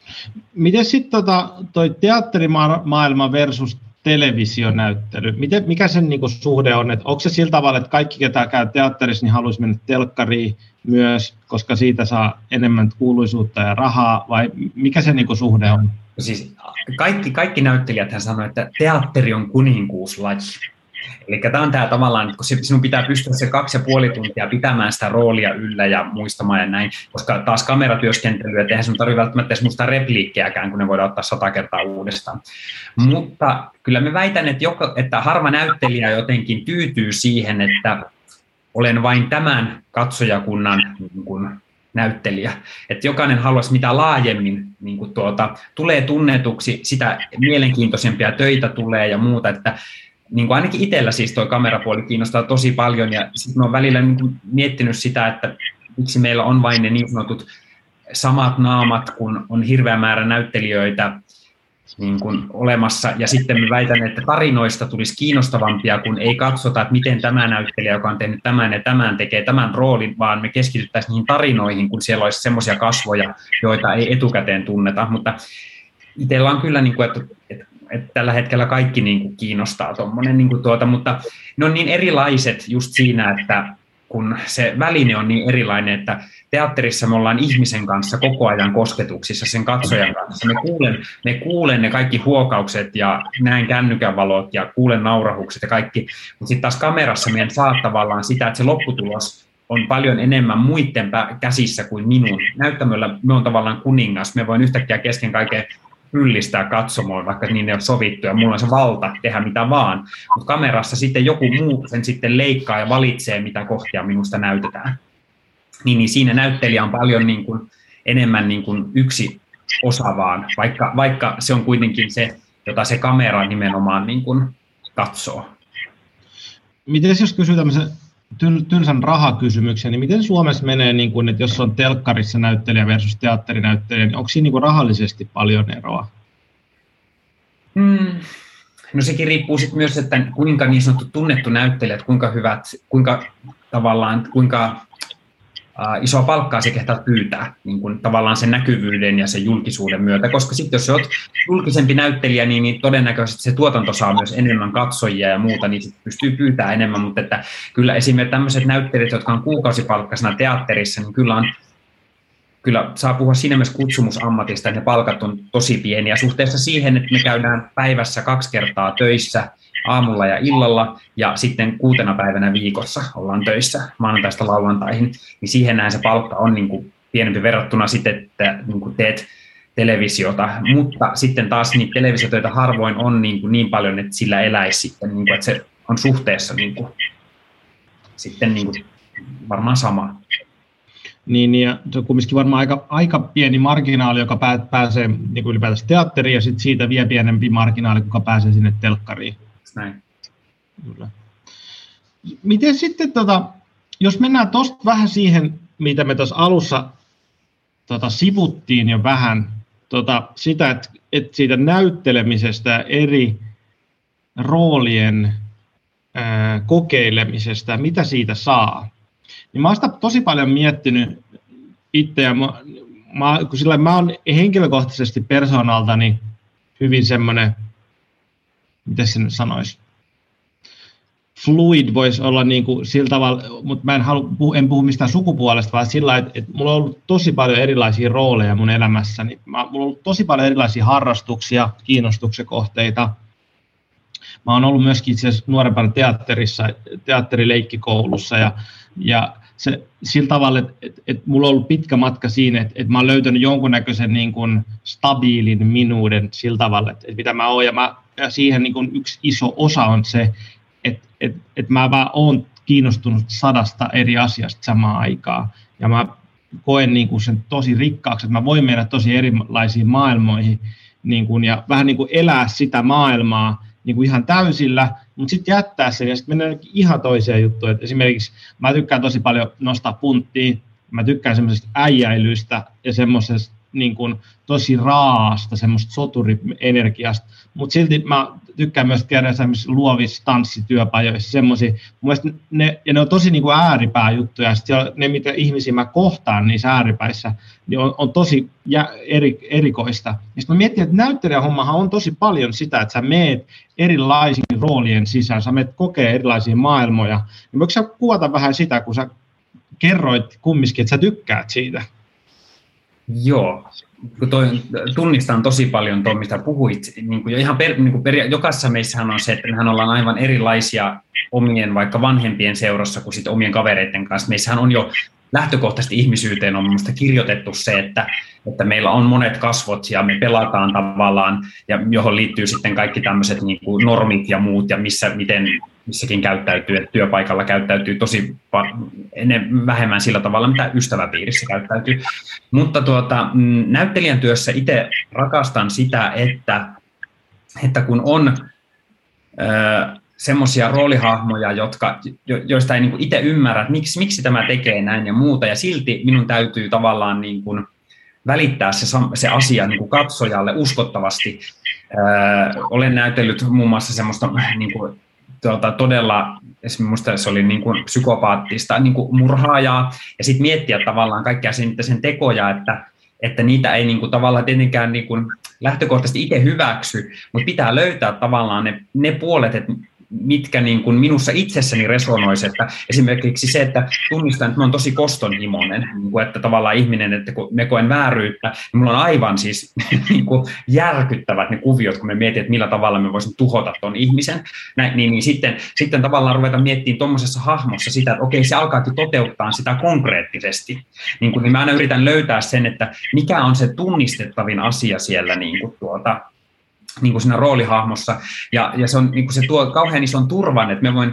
Miten sitten tota, toi teatterimaailma versus televisionäyttely, miten, mikä sen niinku suhde on, että onko se sillä tavalla, että kaikki, ketä käy teatterissa, niin haluaisi mennä telkkariin myös, koska siitä saa enemmän kuuluisuutta ja rahaa, vai mikä se niinku suhde on? Siis kaikki, kaikki näyttelijäthän sanoo, että teatteri on kuninkuuslaji. Eli tämä on tämä tavallaan, kun sinun pitää pystyä se kaksi ja puoli tuntia pitämään sitä roolia yllä ja muistamaan ja näin, koska taas kameratyöskentelyä, eihän sinun tarvitse välttämättä edes muistaa repliikkejäkään, kun ne voidaan ottaa sata kertaa uudestaan. Mutta kyllä me väitän, että, joka, että harva näyttelijä jotenkin tyytyy siihen, että olen vain tämän katsojakunnan niin kuin näyttelijä. Että jokainen haluaisi mitä laajemmin niin kuin tuota, tulee tunnetuksi, sitä mielenkiintoisempia töitä tulee ja muuta, että niin kuin ainakin itsellä siis tuo kamerapuoli kiinnostaa tosi paljon, ja sitten olen välillä niin kuin miettinyt sitä, että miksi meillä on vain ne niin sanotut samat naamat, kun on hirveä määrä näyttelijöitä niin kuin olemassa, ja sitten mä väitän, että tarinoista tulisi kiinnostavampia, kun ei katsota, että miten tämä näyttelijä, joka on tehnyt tämän ja tämän, tekee tämän roolin, vaan me keskityttäisiin niihin tarinoihin, kun siellä olisi semmoisia kasvoja, joita ei etukäteen tunneta, mutta itsellä on kyllä, niin kuin, että, että että tällä hetkellä kaikki niin kuin kiinnostaa tommonen, niin kuin tuota, mutta ne on niin erilaiset just siinä, että kun se väline on niin erilainen, että teatterissa me ollaan ihmisen kanssa koko ajan kosketuksissa sen katsojan kanssa. Me kuulen, me kuulen ne kaikki huokaukset ja näen kännykän valot ja kuulen naurahukset ja kaikki, mutta sitten taas kamerassa meidän saa tavallaan sitä, että se lopputulos on paljon enemmän muiden käsissä kuin minun. Näyttämöllä me on tavallaan kuningas, me voin yhtäkkiä kesken kaiken yllistää katsomoon, vaikka niin ei ole sovittu, ja mulla on se valta tehdä mitä vaan. Mutta kamerassa sitten joku muu sen sitten leikkaa ja valitsee, mitä kohtia minusta näytetään. Niin, niin siinä näyttelijä on paljon niin kuin, enemmän niin kuin yksi osa vaan, vaikka, vaikka se on kuitenkin se, jota se kamera nimenomaan niin kuin katsoo. Miten jos kysyy tämmöisen tylsän rahakysymyksen, niin miten Suomessa menee, niin kun, että jos on telkkarissa näyttelijä versus teatterinäyttelijä, niin onko siinä niin kuin rahallisesti paljon eroa? Hmm. No sekin riippuu sitten myös, että kuinka niin sanottu tunnettu näyttelijä, että kuinka hyvät, kuinka tavallaan, kuinka uh, isoa palkkaa se kehtaa pyytää, niin kuin tavallaan sen näkyvyyden ja sen julkisuuden myötä, koska sitten jos olet julkisempi näyttelijä, niin, niin todennäköisesti se tuotanto saa myös enemmän katsojia ja muuta, niin sitten pystyy pyytämään enemmän, mutta että kyllä esimerkiksi tämmöiset näyttelijät, jotka on kuukausipalkkaisena teatterissa, niin kyllä, on, kyllä saa puhua siinä myös kutsumusammatista, että ne palkat on tosi pieniä suhteessa siihen, että me käydään päivässä kaksi kertaa töissä, aamulla ja illalla, ja sitten kuutena päivänä viikossa ollaan töissä maanantaista lauantaihin, niin siihen näin se palkka on niin kuin pienempi verrattuna sitten, että niin kuin teet televisiota, mutta sitten taas niitä televisiotöitä harvoin on niin, kuin niin paljon, että sillä eläisi sitten, niin kuin, että se on suhteessa niin kuin, sitten niin kuin varmaan sama. Niin, ja se on kumminkin varmaan aika, aika pieni marginaali, joka pääsee niin kuin ylipäätänsä teatteriin, ja sitten siitä vie pienempi marginaali, joka pääsee sinne telkkariin. Näin. Kyllä. Miten sitten, tota, jos mennään tuosta vähän siihen, mitä me tuossa alussa tota, sivuttiin jo vähän, tota, sitä, että et siitä näyttelemisestä ja eri roolien ää, kokeilemisesta, mitä siitä saa, niin mä oon sitä tosi paljon miettinyt itse, ja mä, mä, kun sillä mä oon henkilökohtaisesti persoonaltani hyvin semmoinen, miten se nyt sanoisi, fluid voisi olla niin kuin sillä tavalla, mutta mä en, halu, en puhu mistään sukupuolesta, vaan sillä että, että mulla on ollut tosi paljon erilaisia rooleja mun elämässäni. Mä, mulla on ollut tosi paljon erilaisia harrastuksia, kiinnostuksen kohteita. Mä oon ollut myöskin itse asiassa nuorempana teatterissa, teatterileikkikoulussa, ja, ja se, sillä tavalla, että, että, että mulla on ollut pitkä matka siinä, että, että mä oon löytänyt jonkunnäköisen niin kuin stabiilin minuuden sillä tavalla, että, että mitä mä oon, ja, mä, ja siihen niin kuin yksi iso osa on se, että, että, että mä vaan oon kiinnostunut sadasta eri asiasta samaan aikaan, ja mä koen niin kuin sen tosi rikkaaksi, että mä voin mennä tosi erilaisiin maailmoihin, niin kuin, ja vähän niin kuin elää sitä maailmaa, niin kuin ihan täysillä, mutta sitten jättää sen ja sitten mennään ihan toiseen juttuun. Et esimerkiksi mä tykkään tosi paljon nostaa punttia, mä tykkään semmoisesta äijäilystä ja semmoisesta niin kuin tosi raasta, semmoista soturienergiasta, mutta silti mä tykkään myös käydä esimerkiksi luovissa tanssityöpajoissa, semmoisia. Mielestäni ne, ja ne on tosi niin kuin ääripää juttuja, ja sitten ne, mitä ihmisiä mä kohtaan niissä ääripäissä, niin on, on tosi jä, eri, erikoista. Ja sitten mä mietin, että näyttelijähommahan on tosi paljon sitä, että sä meet erilaisiin roolien sisään, sä meet kokee erilaisia maailmoja. Niin voiko sä kuvata vähän sitä, kun sä kerroit kumminkin, että sä tykkäät siitä? Joo. Toi, tunnistan tosi paljon tuon, mistä puhuit. Niin kuin jo ihan per, niin kuin per, jokaisessa meissähän on se, että mehän ollaan aivan erilaisia omien vaikka vanhempien seurassa kuin sitten omien kavereiden kanssa. Meissähän on jo lähtökohtaisesti ihmisyyteen on minusta kirjoitettu se, että, että meillä on monet kasvot ja me pelataan tavallaan, ja johon liittyy sitten kaikki tämmöiset niin kuin normit ja muut, ja missä, miten missäkin käyttäytyy, että työpaikalla käyttäytyy tosi ennen, vähemmän sillä tavalla, mitä ystäväpiirissä käyttäytyy. Mutta tuota, näyttelijän työssä itse rakastan sitä, että, että kun on ö, semmoisia roolihahmoja, jotka, joista ei niin kuin itse ymmärrä, että miksi, miksi tämä tekee näin ja muuta, ja silti minun täytyy tavallaan niin kuin välittää se, se asia niin kuin katsojalle uskottavasti. Öö, olen näytellyt muun muassa semmoista niin kuin, tuota, todella, minusta se oli niin kuin psykopaattista niin kuin murhaajaa, ja sitten miettiä tavallaan kaikkia sen, sen tekoja, että, että niitä ei niin kuin, tavallaan tietenkään niin kuin lähtökohtaisesti itse hyväksy, mutta pitää löytää tavallaan ne, ne puolet, että mitkä niin kuin minussa itsessäni resonoisi, että esimerkiksi se, että tunnistan, että mä oon tosi kostonhimoinen, niin kuin, että tavallaan ihminen, että kun me koen vääryyttä, niin mulla on aivan siis niin kuin järkyttävät ne kuviot, kun me mietin, että millä tavalla me voisin tuhota ton ihmisen, näin, niin, niin sitten, sitten tavallaan ruveta miettimään tuommoisessa hahmossa sitä, että okei, se alkaakin toteuttaa sitä konkreettisesti, niin, kuin, niin mä aina yritän löytää sen, että mikä on se tunnistettavin asia siellä niin kuin tuota, niin kuin siinä roolihahmossa, ja, ja se, on, niin kuin se tuo kauhean ison turvan, että me voin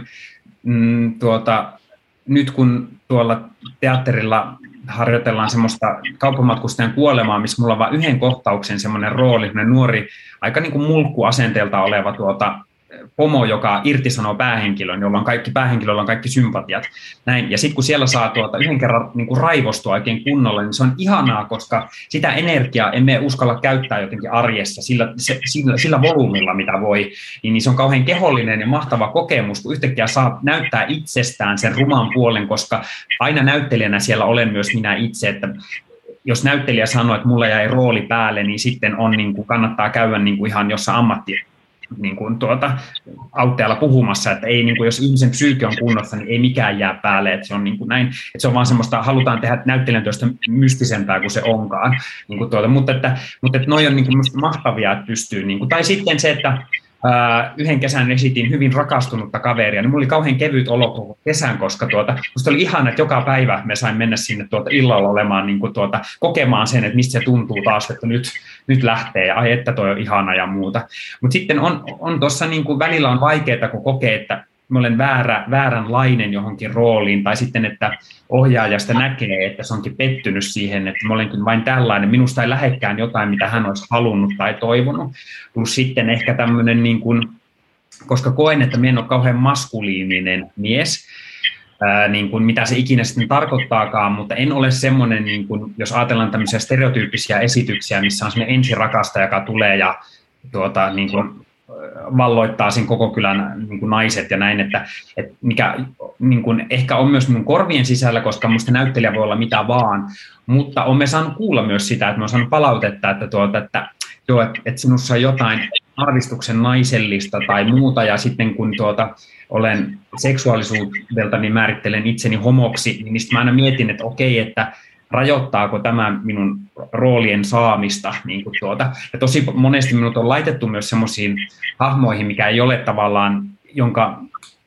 mm, tuota, nyt kun tuolla teatterilla harjoitellaan semmoista kauppamatkustajan kuolemaa, missä mulla on vain yhden kohtauksen semmoinen rooli, semmoinen nuori, aika niin kuin mulkkuasenteelta oleva tuota, pomo, joka irtisanoo päähenkilön, jolla on kaikki, päähenkilöllä on kaikki sympatiat. Näin. Ja sitten kun siellä saa tuota yhden kerran niin kuin raivostua oikein kunnolla, niin se on ihanaa, koska sitä energiaa emme uskalla käyttää jotenkin arjessa sillä, se, sillä, sillä volyymilla, mitä voi. Niin, niin se on kauhean kehollinen ja mahtava kokemus, kun yhtäkkiä saa näyttää itsestään sen ruman puolen, koska aina näyttelijänä siellä olen myös minä itse, että jos näyttelijä sanoo, että mulla jäi rooli päälle, niin sitten on, niin kuin, kannattaa käydä niin kuin ihan jossain ammatti niin kuin tuota, auttajalla puhumassa, että ei, niin kuin, jos ihmisen psyyke on kunnossa, niin ei mikään jää päälle, että se on niin kuin näin, että se on vaan semmoista, halutaan tehdä näyttelijän työstä mystisempää kuin se onkaan, niin kuin tuota, mutta että, mutta että noi on niin kuin mahtavia, että pystyy, niin kuin, tai sitten se, että ää, yhden kesän esitin hyvin rakastunutta kaveria, niin mulla oli kauhean kevyt olo koko kesän, koska tuota, musta oli ihana, että joka päivä me sain mennä sinne tuota illalla olemaan, niin kuin tuota, kokemaan sen, että mistä se tuntuu taas, että nyt, nyt lähtee ja ai että toi on ihana ja muuta. Mutta sitten on, on tuossa niin kuin välillä on vaikeaa, kun kokee, että mä olen väärä, vääränlainen johonkin rooliin, tai sitten, että ohjaajasta näkee, että se onkin pettynyt siihen, että mä olenkin vain tällainen, minusta ei lähekkään jotain, mitä hän olisi halunnut tai toivonut. Plus sitten ehkä tämmöinen, niin kuin, koska koen, että mä en ole kauhean maskuliininen mies, ää, niin kuin mitä se ikinä sitten tarkoittaakaan, mutta en ole semmoinen, niin kuin, jos ajatellaan tämmöisiä stereotyyppisiä esityksiä, missä on semmoinen ensirakasta, joka tulee ja tuota, niin kuin, valloittaa sen koko kylän niin kuin naiset ja näin, että, että mikä niin kuin ehkä on myös minun korvien sisällä, koska minusta näyttelijä voi olla mitä vaan, mutta olemme saanut kuulla myös sitä, että me on saanut palautetta, että, tuota, että, joo, että, että sinussa on jotain arvistuksen naisellista tai muuta, ja sitten kun tuota, olen seksuaalisuudelta, niin määrittelen itseni homoksi, niin mä aina mietin, että okei, että rajoittaako tämä minun roolien saamista. Niin kuin tuota. Ja tosi monesti minut on laitettu myös semmoisiin hahmoihin, mikä ei ole tavallaan, jonka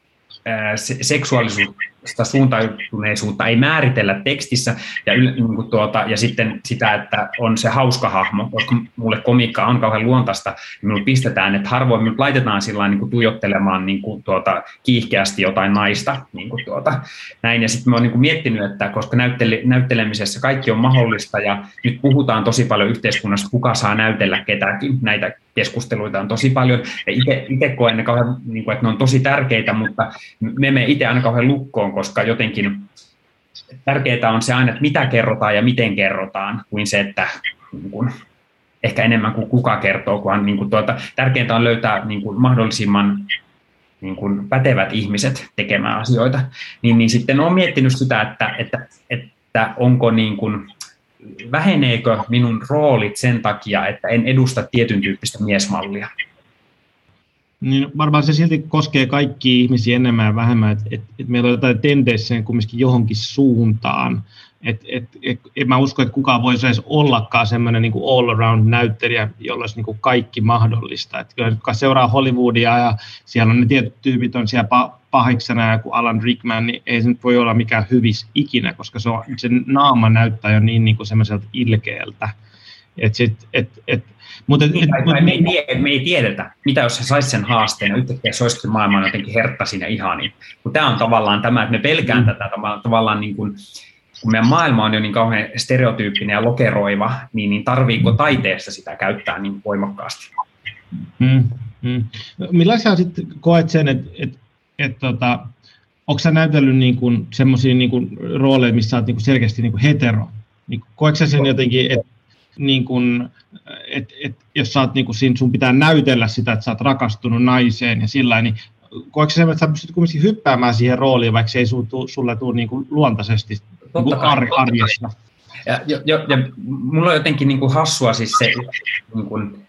ää, seksuaalisuutta suuntautuneisuutta ei määritellä tekstissä, ja, yl, niin kuin tuota, ja sitten sitä, että on se hauska hahmo, koska mulle komiikka on kauhean luontaista, ja minulle pistetään, että harvoin minut laitetaan sillä niin kuin tuijottelemaan niin kuin tuota, kiihkeästi jotain naista. Niin kuin tuota, näin. Ja sitten mä oon niin kuin miettinyt, että koska näyttele, näyttelemisessä kaikki on mahdollista, ja nyt puhutaan tosi paljon yhteiskunnassa, kuka saa näytellä ketäkin, näitä keskusteluita on tosi paljon, ja itse koen ne kauhean, niin kuin, että ne on tosi tärkeitä, mutta me emme itse aina kauhean lukkoon, koska jotenkin tärkeää on se aina, että mitä kerrotaan ja miten kerrotaan, kuin se, että niin kuin, ehkä enemmän kuin kuka kertoo, kunhan niin kuin tuota, tärkeintä on löytää niin kuin mahdollisimman niin kuin pätevät ihmiset tekemään asioita, niin, niin sitten olen miettinyt sitä, että, että, että onko niin kuin, väheneekö minun roolit sen takia, että en edusta tietyn tyyppistä miesmallia. Niin varmaan se silti koskee kaikkia ihmisiä enemmän ja vähemmän, että et, et meillä on jotain tendenssejä kumminkin johonkin suuntaan. Et, et, et, et mä usko, että kukaan voisi edes ollakaan semmoinen niin kuin all-around-näyttelijä, jolla olisi niin kuin kaikki mahdollista. Et kyllä, kun seuraa Hollywoodia ja siellä on ne tietyt tyypit on siellä pahiksena, ja kuin Alan Rickman, niin ei se nyt voi olla mikään hyvis ikinä, koska se, on, se naama näyttää jo niin, niin kuin semmoiselta ilkeältä. Et sit, et, et, mutta et, niin, et, me, me, ei, me ei tiedetä, mitä jos se saisi sen haasteen, ja yhtäkkiä se olisikin maailman jotenkin herttasin ja ihanin. Mutta tämä on tavallaan tämä, että me pelkään mm. tätä tavallaan niin kuin, kun meidän maailma on jo niin kauhean stereotyyppinen ja lokeroiva, niin, niin tarviiko taiteessa sitä käyttää niin voimakkaasti? Mm, mm. Millaisia sitten koet sen, että et, et, tota, onko sä näytellyt niin semmoisia niin rooleja, missä olet niin selkeästi niin hetero? Niin, koetko sä sen jotenkin, että niin et, et, jos sä oot, niin siinä, sun pitää näytellä sitä, että sä oot rakastunut naiseen ja sillä niin koetko sä, että sä pystyt kuitenkin hyppäämään siihen rooliin, vaikka se ei sulle tule niin luontaisesti niin ar- arjessa? Ja, ja, ja mulla on jotenkin niin kuin hassua siis se, niin kuin,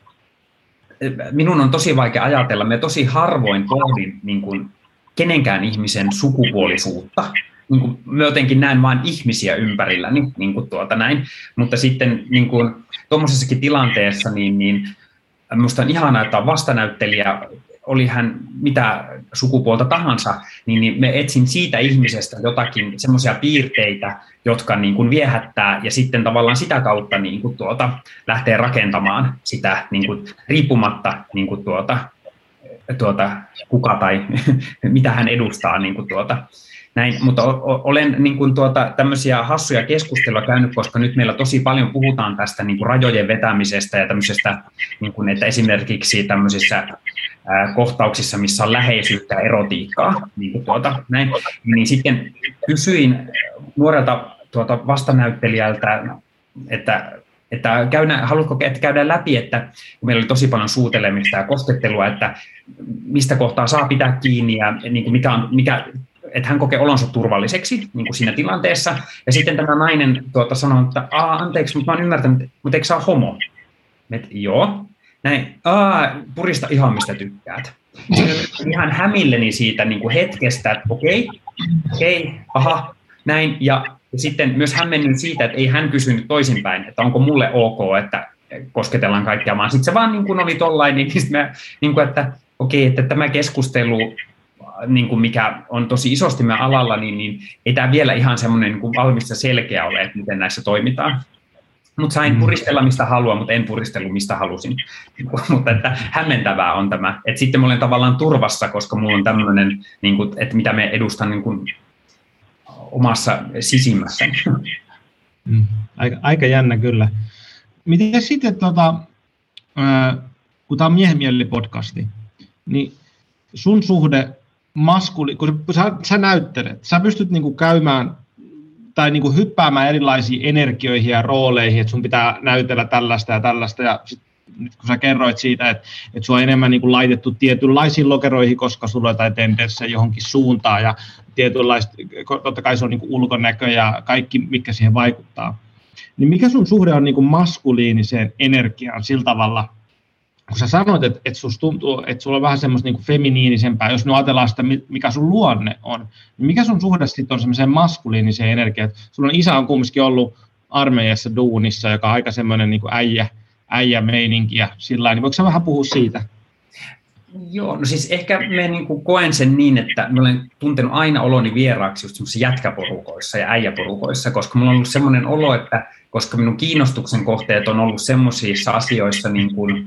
minun on tosi vaikea ajatella, me tosi harvoin pohdin niin kuin, kenenkään ihmisen sukupuolisuutta. Niin kuin, mä jotenkin näen vain ihmisiä ympärilläni, niin kuin tuota näin, mutta sitten niin kuin, tuommoisessakin tilanteessa, niin, niin minusta on ihanaa, että on vastanäyttelijä, oli hän mitä sukupuolta tahansa, niin, niin me etsin siitä ihmisestä jotakin semmoisia piirteitä, jotka niin kuin viehättää ja sitten tavallaan sitä kautta niin kuin tuota, lähtee rakentamaan sitä niin kuin, riippumatta niin kuin tuota, tuota, kuka tai mitä hän edustaa. Niin kuin tuota, näin, mutta olen niin kuin tuota, tämmöisiä hassuja keskustelua käynyt, koska nyt meillä tosi paljon puhutaan tästä niin kuin rajojen vetämisestä ja tämmöisestä, niin kuin, että esimerkiksi tämmöisissä ää, kohtauksissa, missä on läheisyyttä ja erotiikkaa, niin, kuin tuota, näin, niin sitten kysyin nuorelta tuota, vastanäyttelijältä, että Että käydään, haluatko, että käydään läpi, että kun meillä oli tosi paljon suutelemista ja koskettelua, että mistä kohtaa saa pitää kiinni ja niin kuin mikä on, mikä, että hän kokee olonsa turvalliseksi niin kuin siinä tilanteessa. Ja sitten tämä nainen tuota, sanoi, että anteeksi, mutta mä oon ymmärtänyt, mutta eikö sä ole homo? Et, joo. Näin, Aa, purista ihan mistä tykkäät. Sitten ihan hämilleni siitä niin kuin hetkestä, että okei, okei, aha, näin. Ja sitten myös hämmennyin siitä, että ei hän kysynyt toisinpäin, että onko mulle ok, että kosketellaan kaikkea, vaan sitten se vaan niin kuin oli tollain, niin, mä, niin kuin, että okei, että tämä keskustelu, niin kuin mikä on tosi isosti meidän alalla, niin, niin ei tämä vielä ihan semmoinen niin kuin valmis ja selkeä ole, että miten näissä toimitaan. Mutta sain puristella mistä haluan, mutta en puristellut mistä halusin. Mutta että hämmentävää on tämä. Että sitten mä olen tavallaan turvassa, koska mulla on tämmöinen, niin kuin, että mitä me edustan niin kuin omassa sisimmässä. Mm, aika, aika jännä kyllä. Miten sitten, tota, kun tämä on Miehen mieli -podcasti, niin sun suhde maskuli, kun sä, sä näyttelet, sä pystyt niinku käymään tai niinku hyppäämään erilaisiin energioihin ja rooleihin, että sun pitää näytellä tällaista ja tällaista, ja sit, nyt kun sä kerroit siitä, että, että sua on enemmän niinku laitettu tietynlaisiin lokeroihin, koska sulla on jotain tendenssejä johonkin suuntaan, ja tietynlaista, totta kai se on niinku ulkonäkö ja kaikki, mitkä siihen vaikuttaa. Niin mikä sun suhde on niinku maskuliiniseen energiaan sillä tavalla, kun sä sanoit, että, että susta tuntuu, että sulla on vähän semmoista niinku feminiinisempää, jos nyt ajatellaan sitä, mikä sun luonne on, niin mikä sun suhde sitten on semmoiseen maskuliiniseen energiaan? Sulla on isä on kumminkin ollut armeijassa duunissa, joka on aika semmoinen niinku äijä, äijämeininki ja sillä lailla, niin voiko sä vähän puhua siitä? Joo, no siis ehkä mä niin kuin koen sen niin, että mä olen tuntenut aina oloni vieraaksi just semmoisissa jätkäporukoissa ja äijäporukoissa, koska mulla on ollut semmoinen olo, että koska minun kiinnostuksen kohteet on ollut semmoisissa asioissa niin kuin,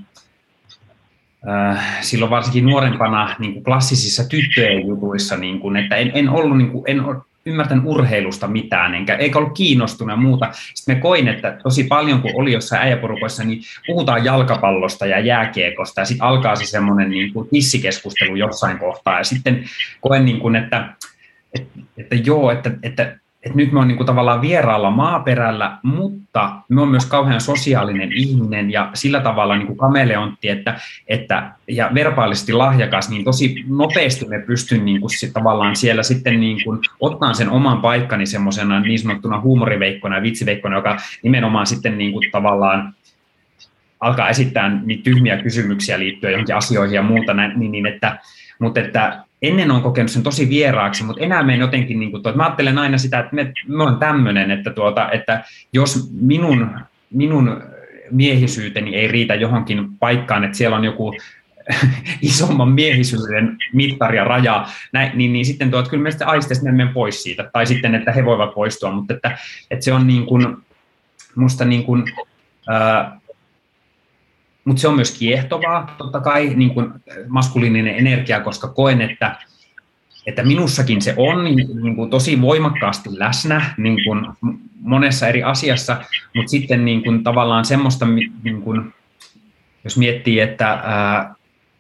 äh, silloin varsinkin nuorempana niin kuin klassisissa tyttöjen jutuissa, niin kuin, että en, en ollut niin kuin, en ymmärtänyt urheilusta mitään, enkä, eikä ollut kiinnostunut ja muuta. Sitten me koin, että tosi paljon, kun oli jossain äijäporukoissa, niin puhutaan jalkapallosta ja jääkiekosta, ja sitten alkaa se semmoinen niin kuin tissikeskustelu jossain kohtaa, ja sitten koen, niin kuin, että, että, että joo, että, että, että nyt mä oon niin kuin tavallaan vieraalla maaperällä, mutta mä oon myös kauhean sosiaalinen ihminen ja sillä tavalla niin kuin kameleontti, että, että, ja verbaalisesti lahjakas, niin tosi nopeasti me pystyn niin kuin sit tavallaan siellä sitten niin kuin ottaa sen oman paikkani semmoisena niin sanottuna huumoriveikkona ja vitsiveikkona, joka nimenomaan sitten niin kuin tavallaan alkaa esittää niitä tyhmiä kysymyksiä liittyen johonkin asioihin ja muuta, niin, niin että, mutta että ennen on kokenut sen tosi vieraaksi, mutta enää menen jotenkin, niin kuin tuo, että mä ajattelen aina sitä, että me, mä olen tämmöinen, että, tuota, että jos minun, minun miehisyyteni ei riitä johonkin paikkaan, että siellä on joku isomman miehisyyden mittari ja raja, näin, niin, niin sitten tuo, että kyllä me sitten aisteista menen pois siitä, tai sitten, että he voivat poistua, mutta että, että se on niin kuin, musta niin kuin, ää, mutta se on myös kiehtovaa, totta kai, niin kuin maskuliininen energia, koska koen, että, että minussakin se on niin, niin kuin tosi voimakkaasti läsnä niin kuin monessa eri asiassa, mutta sitten niin kuin tavallaan semmoista, niin kuin, jos miettii, että ää,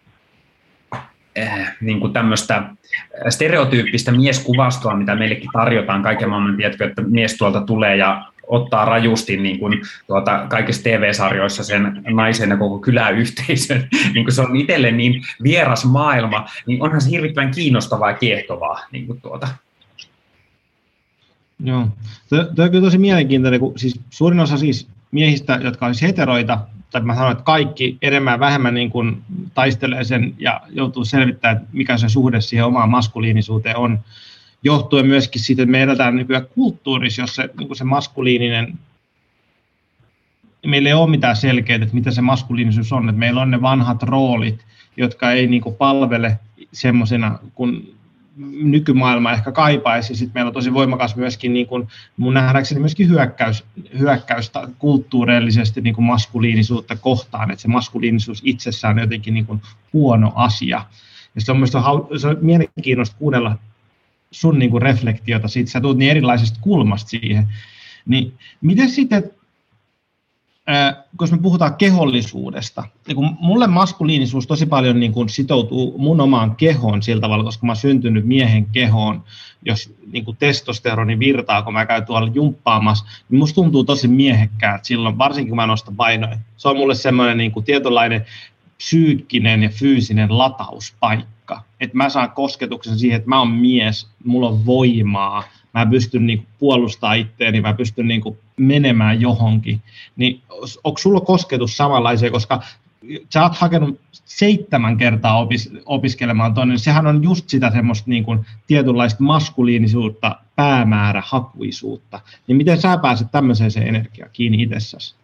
äh, niin kuin tämmöistä stereotyyppistä mieskuvastoa, mitä meillekin tarjotaan kaiken maailman, tiedätkö, että mies tuolta tulee ja ottaa rajusti niin kuin, tuota, kaikissa T V-sarjoissa sen naisen ja koko kyläyhteisön, niin kuin se on itselle niin vieras maailma, niin onhan se hirvittävän kiinnostavaa ja kiehtovaa. Niin kuin tuota. Joo, tuo on kyllä tosi mielenkiintoinen, kun siis suurin osa siis miehistä, jotka olisivat heteroita, tai mä sanon, että kaikki enemmän ja vähemmän niin kuin taistelee sen ja joutuu selvittämään, mikä se suhde siihen omaan maskuliinisuuteen on, johtuen myöskin siitä, että me eletään nykyään kulttuurissa, jossa niin se maskuliininen, meillä ei ole mitään selkeää, että mitä se maskuliinisuus on, että meillä on ne vanhat roolit, jotka ei niin kuin palvele semmoisena, kun nykymaailma ehkä kaipaisi. Sitten meillä on tosi voimakas myöskin, niin kuin, mun nähdäkseni myöskin hyökkäys, hyökkäystä kulttuurillisesti niin kuin maskuliinisuutta kohtaan, että se maskuliinisuus itsessään on jotenkin niin kuin huono asia. Ja se on mielestäni se on mielenkiintoista kuunnella sun niin kuin reflektiota siitä, sä tulet niin erilaisesta kulmasta siihen. Niin miten sitten, äh, kun me puhutaan kehollisuudesta, niin kun mulle maskuliinisuus tosi paljon niin kun sitoutuu mun omaan kehoon sillä tavalla, koska mä oon syntynyt miehen kehoon, jos niin kun testosteroni virtaa, kun mä käyn tuolla jumppaamassa, niin musta tuntuu tosi miehekkäältä silloin, varsinkin kun mä nostan painoja. Se on mulle semmoinen niin kuin tietynlainen psyykkinen ja fyysinen latauspaikka, että mä saan kosketuksen siihen, että mä oon mies, mulla on voimaa, mä pystyn niinku puolustamaan itseäni, mä pystyn niinku menemään johonkin, niin onko sulla kosketus samanlaisia, koska sä oot hakenut seitsemän kertaa opis, opiskelemaan tuonne, niin sehän on just sitä semmoista niinku tietynlaista maskuliinisuutta, päämäärähakuisuutta, niin miten sä pääset tämmöiseen se energiaan kiinni itsessäsi?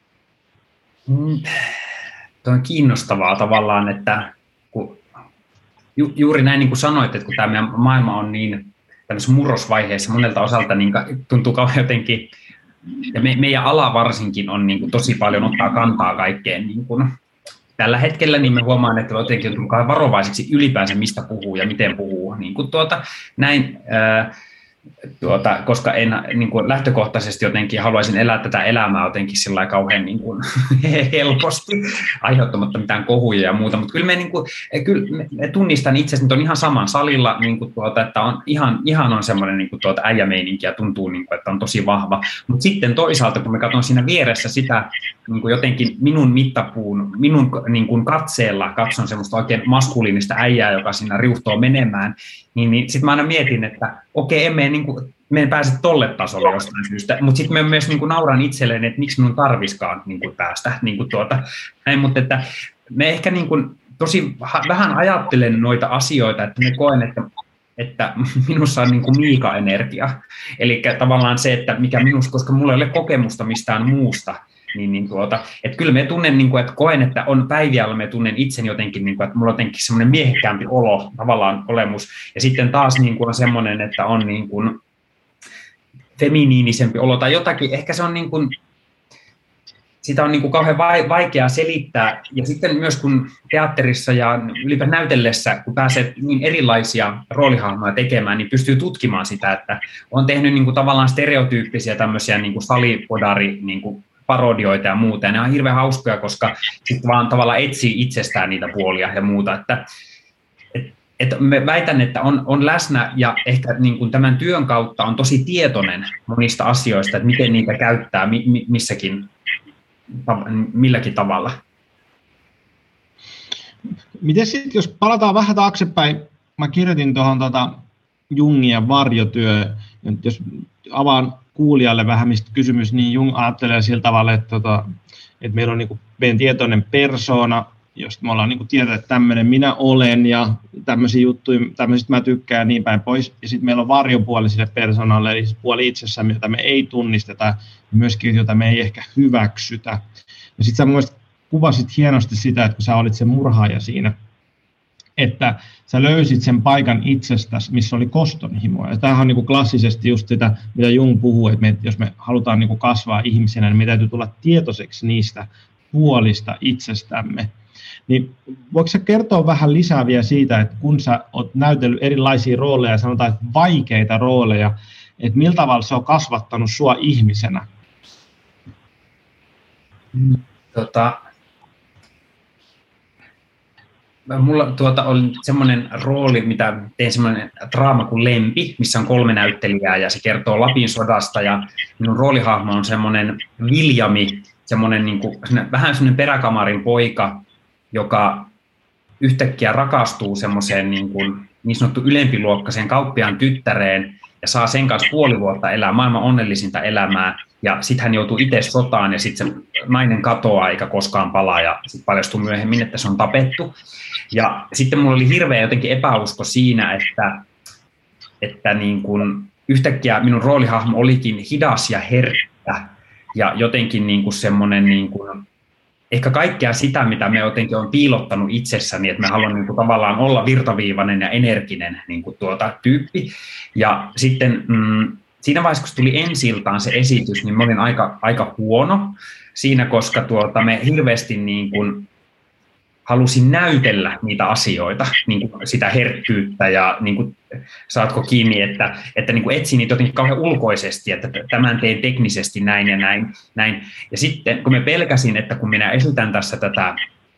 Mm. Tuo on kiinnostavaa tavallaan, että kun ju, juuri näin niin kuin sanoit, että kun tämä meidän maailma on niin tämmöisessä murrosvaiheessa monelta osalta, niin tuntuu kauhean jotenkin, ja me, meidän ala varsinkin on niin kuin tosi paljon ottaa kantaa kaikkeen. Niin kuin tällä hetkellä niin me huomaan, että jotenkin on tullut varovaiseksi ylipäänsä, mistä puhuu ja miten puhuu. Niin kuin tuota, näin, ää, Tuota, koska en niin kuin lähtökohtaisesti jotenkin haluaisin elää tätä elämää jotenkin sillä kauhean niin kuin, helposti, aiheuttamatta mitään kohuja ja muuta, mutta kyllä me, niin kuin, kyllä me tunnistan itse asiassa, että on ihan saman salilla, niin kuin tuota, että on ihan, ihan on semmoinen niin kuin tuota äijämeininki ja tuntuu, niin kuin, että on tosi vahva, mutta sitten toisaalta, kun me katson siinä vieressä sitä niin kuin jotenkin minun mittapuun, minun niin kuin katseella katson semmoista oikein maskuliinista äijää, joka siinä riuhtoo menemään, niin, niin sitten mä aina mietin, että okei, emme niin kuin, me en pääse tolle tasolle jostain syystä, mutta sitten mä myös niin kuin nauran itselleen, että miksi minun tarviskaan niin kuin päästä. Niin kuin tuota, näin, mutta että me ehkä niin kuin tosi vähän ajattelen noita asioita, että me koen, että, että minussa on niin kuin Miika-energia. Eli tavallaan se, että mikä minussa, koska mulla ei ole kokemusta mistään muusta, Niin, niin tuota, että kyllä me tunnen, niin kuin, että koen, että on päiviä, joilla me tunnen itseni jotenkin, niin kuin, että mulla on jotenkin semmoinen miehekkäämpi olo, tavallaan olemus, ja sitten taas niin kuin on semmoinen, että on niin kuin feminiinisempi olo tai jotakin, ehkä se on niin kuin, sitä on niin kuin kauhean vaikeaa selittää, ja sitten myös kun teatterissa ja ylipäätään näytellessä, kun pääsee niin erilaisia roolihahmoja tekemään, niin pystyy tutkimaan sitä, että on tehnyt niin kuin tavallaan stereotyyppisiä tämmöisiä niin kuin salipodari, niin kuin parodioita ja muuta, ja ne on hirveän hauskoja, koska sitten vaan tavallaan etsii itsestään niitä puolia ja muuta, että et, että me väitän, että on, on läsnä ja ehkä niin kuin tämän työn kautta on tosi tietoinen monista asioista, että miten niitä käyttää mi, mi, missäkin, milläkin tavalla. Miten sitten, jos palataan vähän taaksepäin, mä kirjoitin tuohon tota Jungin varjotyö, jos avaan kuulijalle vähän mistä kysymys, niin Jung ajattelee sillä tavalla, että, tota, että meillä on niin kuin meidän tietoinen persoona, josta me ollaan niin kuin tietää, että tämmöinen minä olen ja tämmöisiä juttuja, tämmöisistä mä tykkään ja niin päin pois. Ja sitten meillä on varjopuoli sille persoonalle, eli se puoli itsessämme, jota me ei tunnisteta ja myöskin jota me ei ehkä hyväksytä. Ja sitten sä mun mielestä kuvasit hienosti sitä, että kun sä olit se murhaaja siinä, että sä löysit sen paikan itsestäsi, missä oli kostonhimoa. Ja tämähän on niin kuin klassisesti just sitä, mitä Jung puhuu, että me, jos me halutaan niin kuin kasvaa ihmisenä, niin meidän täytyy tulla tietoiseksi niistä puolista itsestämme. Niin voiko sä kertoa vähän lisää vielä siitä, että kun sä oot näytellyt erilaisia rooleja, sanotaan, että vaikeita rooleja, että millä tavalla se on kasvattanut sua ihmisenä? Tota, mulla tuota oli semmoinen rooli, mitä tein semmoinen draama kuin Lempi, missä on kolme näyttelijää ja se kertoo Lapin sodasta ja minun roolihahmo on semmoinen Viljami, semmoinen niin kuin, vähän semmoinen peräkamarin poika, joka yhtäkkiä rakastuu semmoiseen niin kuin niin sanottu ylempiluokkaiseen kauppiaan tyttäreen ja saa sen kanssa puoli vuotta elää maailman onnellisinta elämää. Ja sitten hän joutuu itse sotaan ja sitten se nainen katoaa eikä koskaan palaa ja sitten paljastuu myöhemmin, että se on tapettu. Ja sitten mulla oli hirveä jotenkin epäusko siinä, että, että niin kun yhtäkkiä minun roolihahmo olikin hidas ja herkkä ja jotenkin niin kuin semmoinen niin kuin ehkä kaikkea sitä, mitä me jotenkin on piilottanut itsessäni, että me haluan niin kuin tavallaan olla virtaviivainen ja energinen niin kuin tuota tyyppi. Ja sitten mm, siinä vaiheessa, kun tuli ensi-iltaan se esitys, niin mä olin aika, aika huono siinä, koska tuota, me hirveästi niin kuin halusin näytellä niitä asioita, niin kuin sitä herkkyyttä ja niin kuin, saatko kiinni, että, että niin kuin etsin niitä jotenkin kauhean ulkoisesti, että tämän teen teknisesti näin ja näin, näin. Ja sitten kun me pelkäsin, että kun minä esitän tässä tätä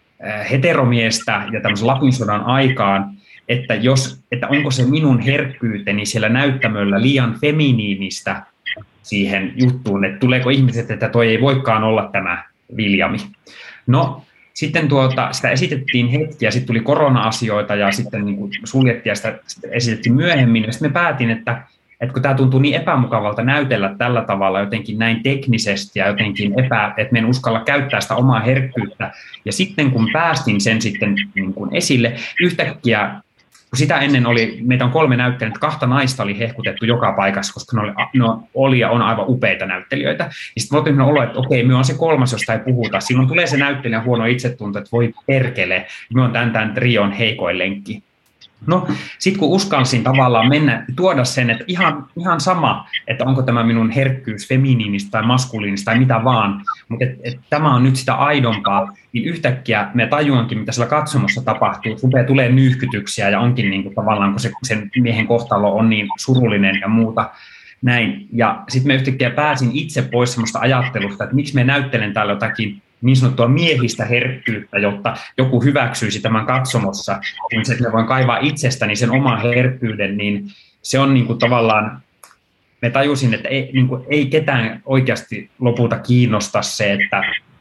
heteromiestä ja tämmöisen Lapin sodan aikaan, että, jos, että onko se minun herkkyyteni siellä näyttämöllä liian feminiinistä siihen juttuun, että tuleeko ihmiset, että toi ei voikaan olla tämä Viljami. No, sitten tuota, sitä esitettiin hetki ja sitten tuli korona-asioita ja sitten niin kuin suljettiin ja sitä esitettiin myöhemmin. Ja sitten me päätin, että, että kun tämä tuntuu niin epämukavalta näytellä tällä tavalla jotenkin näin teknisesti ja jotenkin epä, että me en uskalla käyttää sitä omaa herkkyyttä. Ja sitten kun päästin sen sitten niin kuin esille, yhtäkkiä kun sitä ennen oli, meitä on kolme näyttelijää, että kahta naista oli hehkutettu joka paikassa, koska ne oli, ne oli ja on aivan upeita näyttelijöitä. Ja sitten voitiin olo, että okei, me on se kolmas, josta ei puhuta. Silloin tulee se näyttelijän huono itsetunto, että voi perkele, me on tämän, tämän trion heikoin lenkki. No, sitten kun uskalsin tavallaan mennä, tuoda sen, että ihan, ihan sama, että onko tämä minun herkkyys feminiinistä tai maskuliinista tai mitä vaan, mutta et, et tämä on nyt sitä aidompaa, niin yhtäkkiä me tajuankin, mitä siellä katsomossa tapahtuu, rupeaa tulee nyyhkytyksiä ja onkin niin kuin tavallaan, kun se, sen miehen kohtalo on niin surullinen ja muuta näin. Ja sitten me yhtäkkiä pääsin itse pois semmoista ajattelusta, että miksi me näyttelen täällä jotakin niin sanottua miehistä herkkyyttä, jotta joku hyväksyisi tämän katsomossa, kun se, että me voin kaivaa itsestäni sen oman herkkyyden, niin se on niin kuin tavallaan, me tajusin, että ei, niin kuin, ei ketään oikeasti lopulta kiinnosta se, että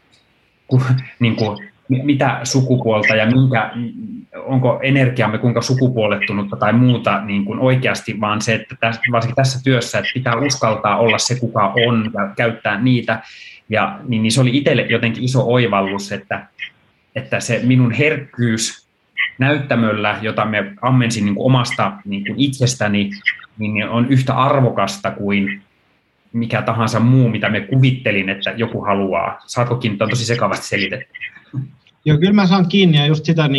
ku, niin kuin, mitä sukupuolta ja minkä, onko energiamme kuinka sukupuolettunutta tai muuta niin kuin oikeasti, vaan se, että tässä, varsinkin tässä työssä, että pitää uskaltaa olla se, kuka on ja käyttää niitä. Ja niin, niin se oli itselle jotenkin iso oivallus, että, että se minun herkkyys näyttämöllä, jota me ammensin niin kuin omasta niin kuin itsestäni, niin on yhtä arvokasta kuin mikä tahansa muu, mitä me kuvittelin, että joku haluaa. Saatko kiinni, on tosi sekavasti selitetty. Joo, kyllä mä saan kiinni ja just sitä,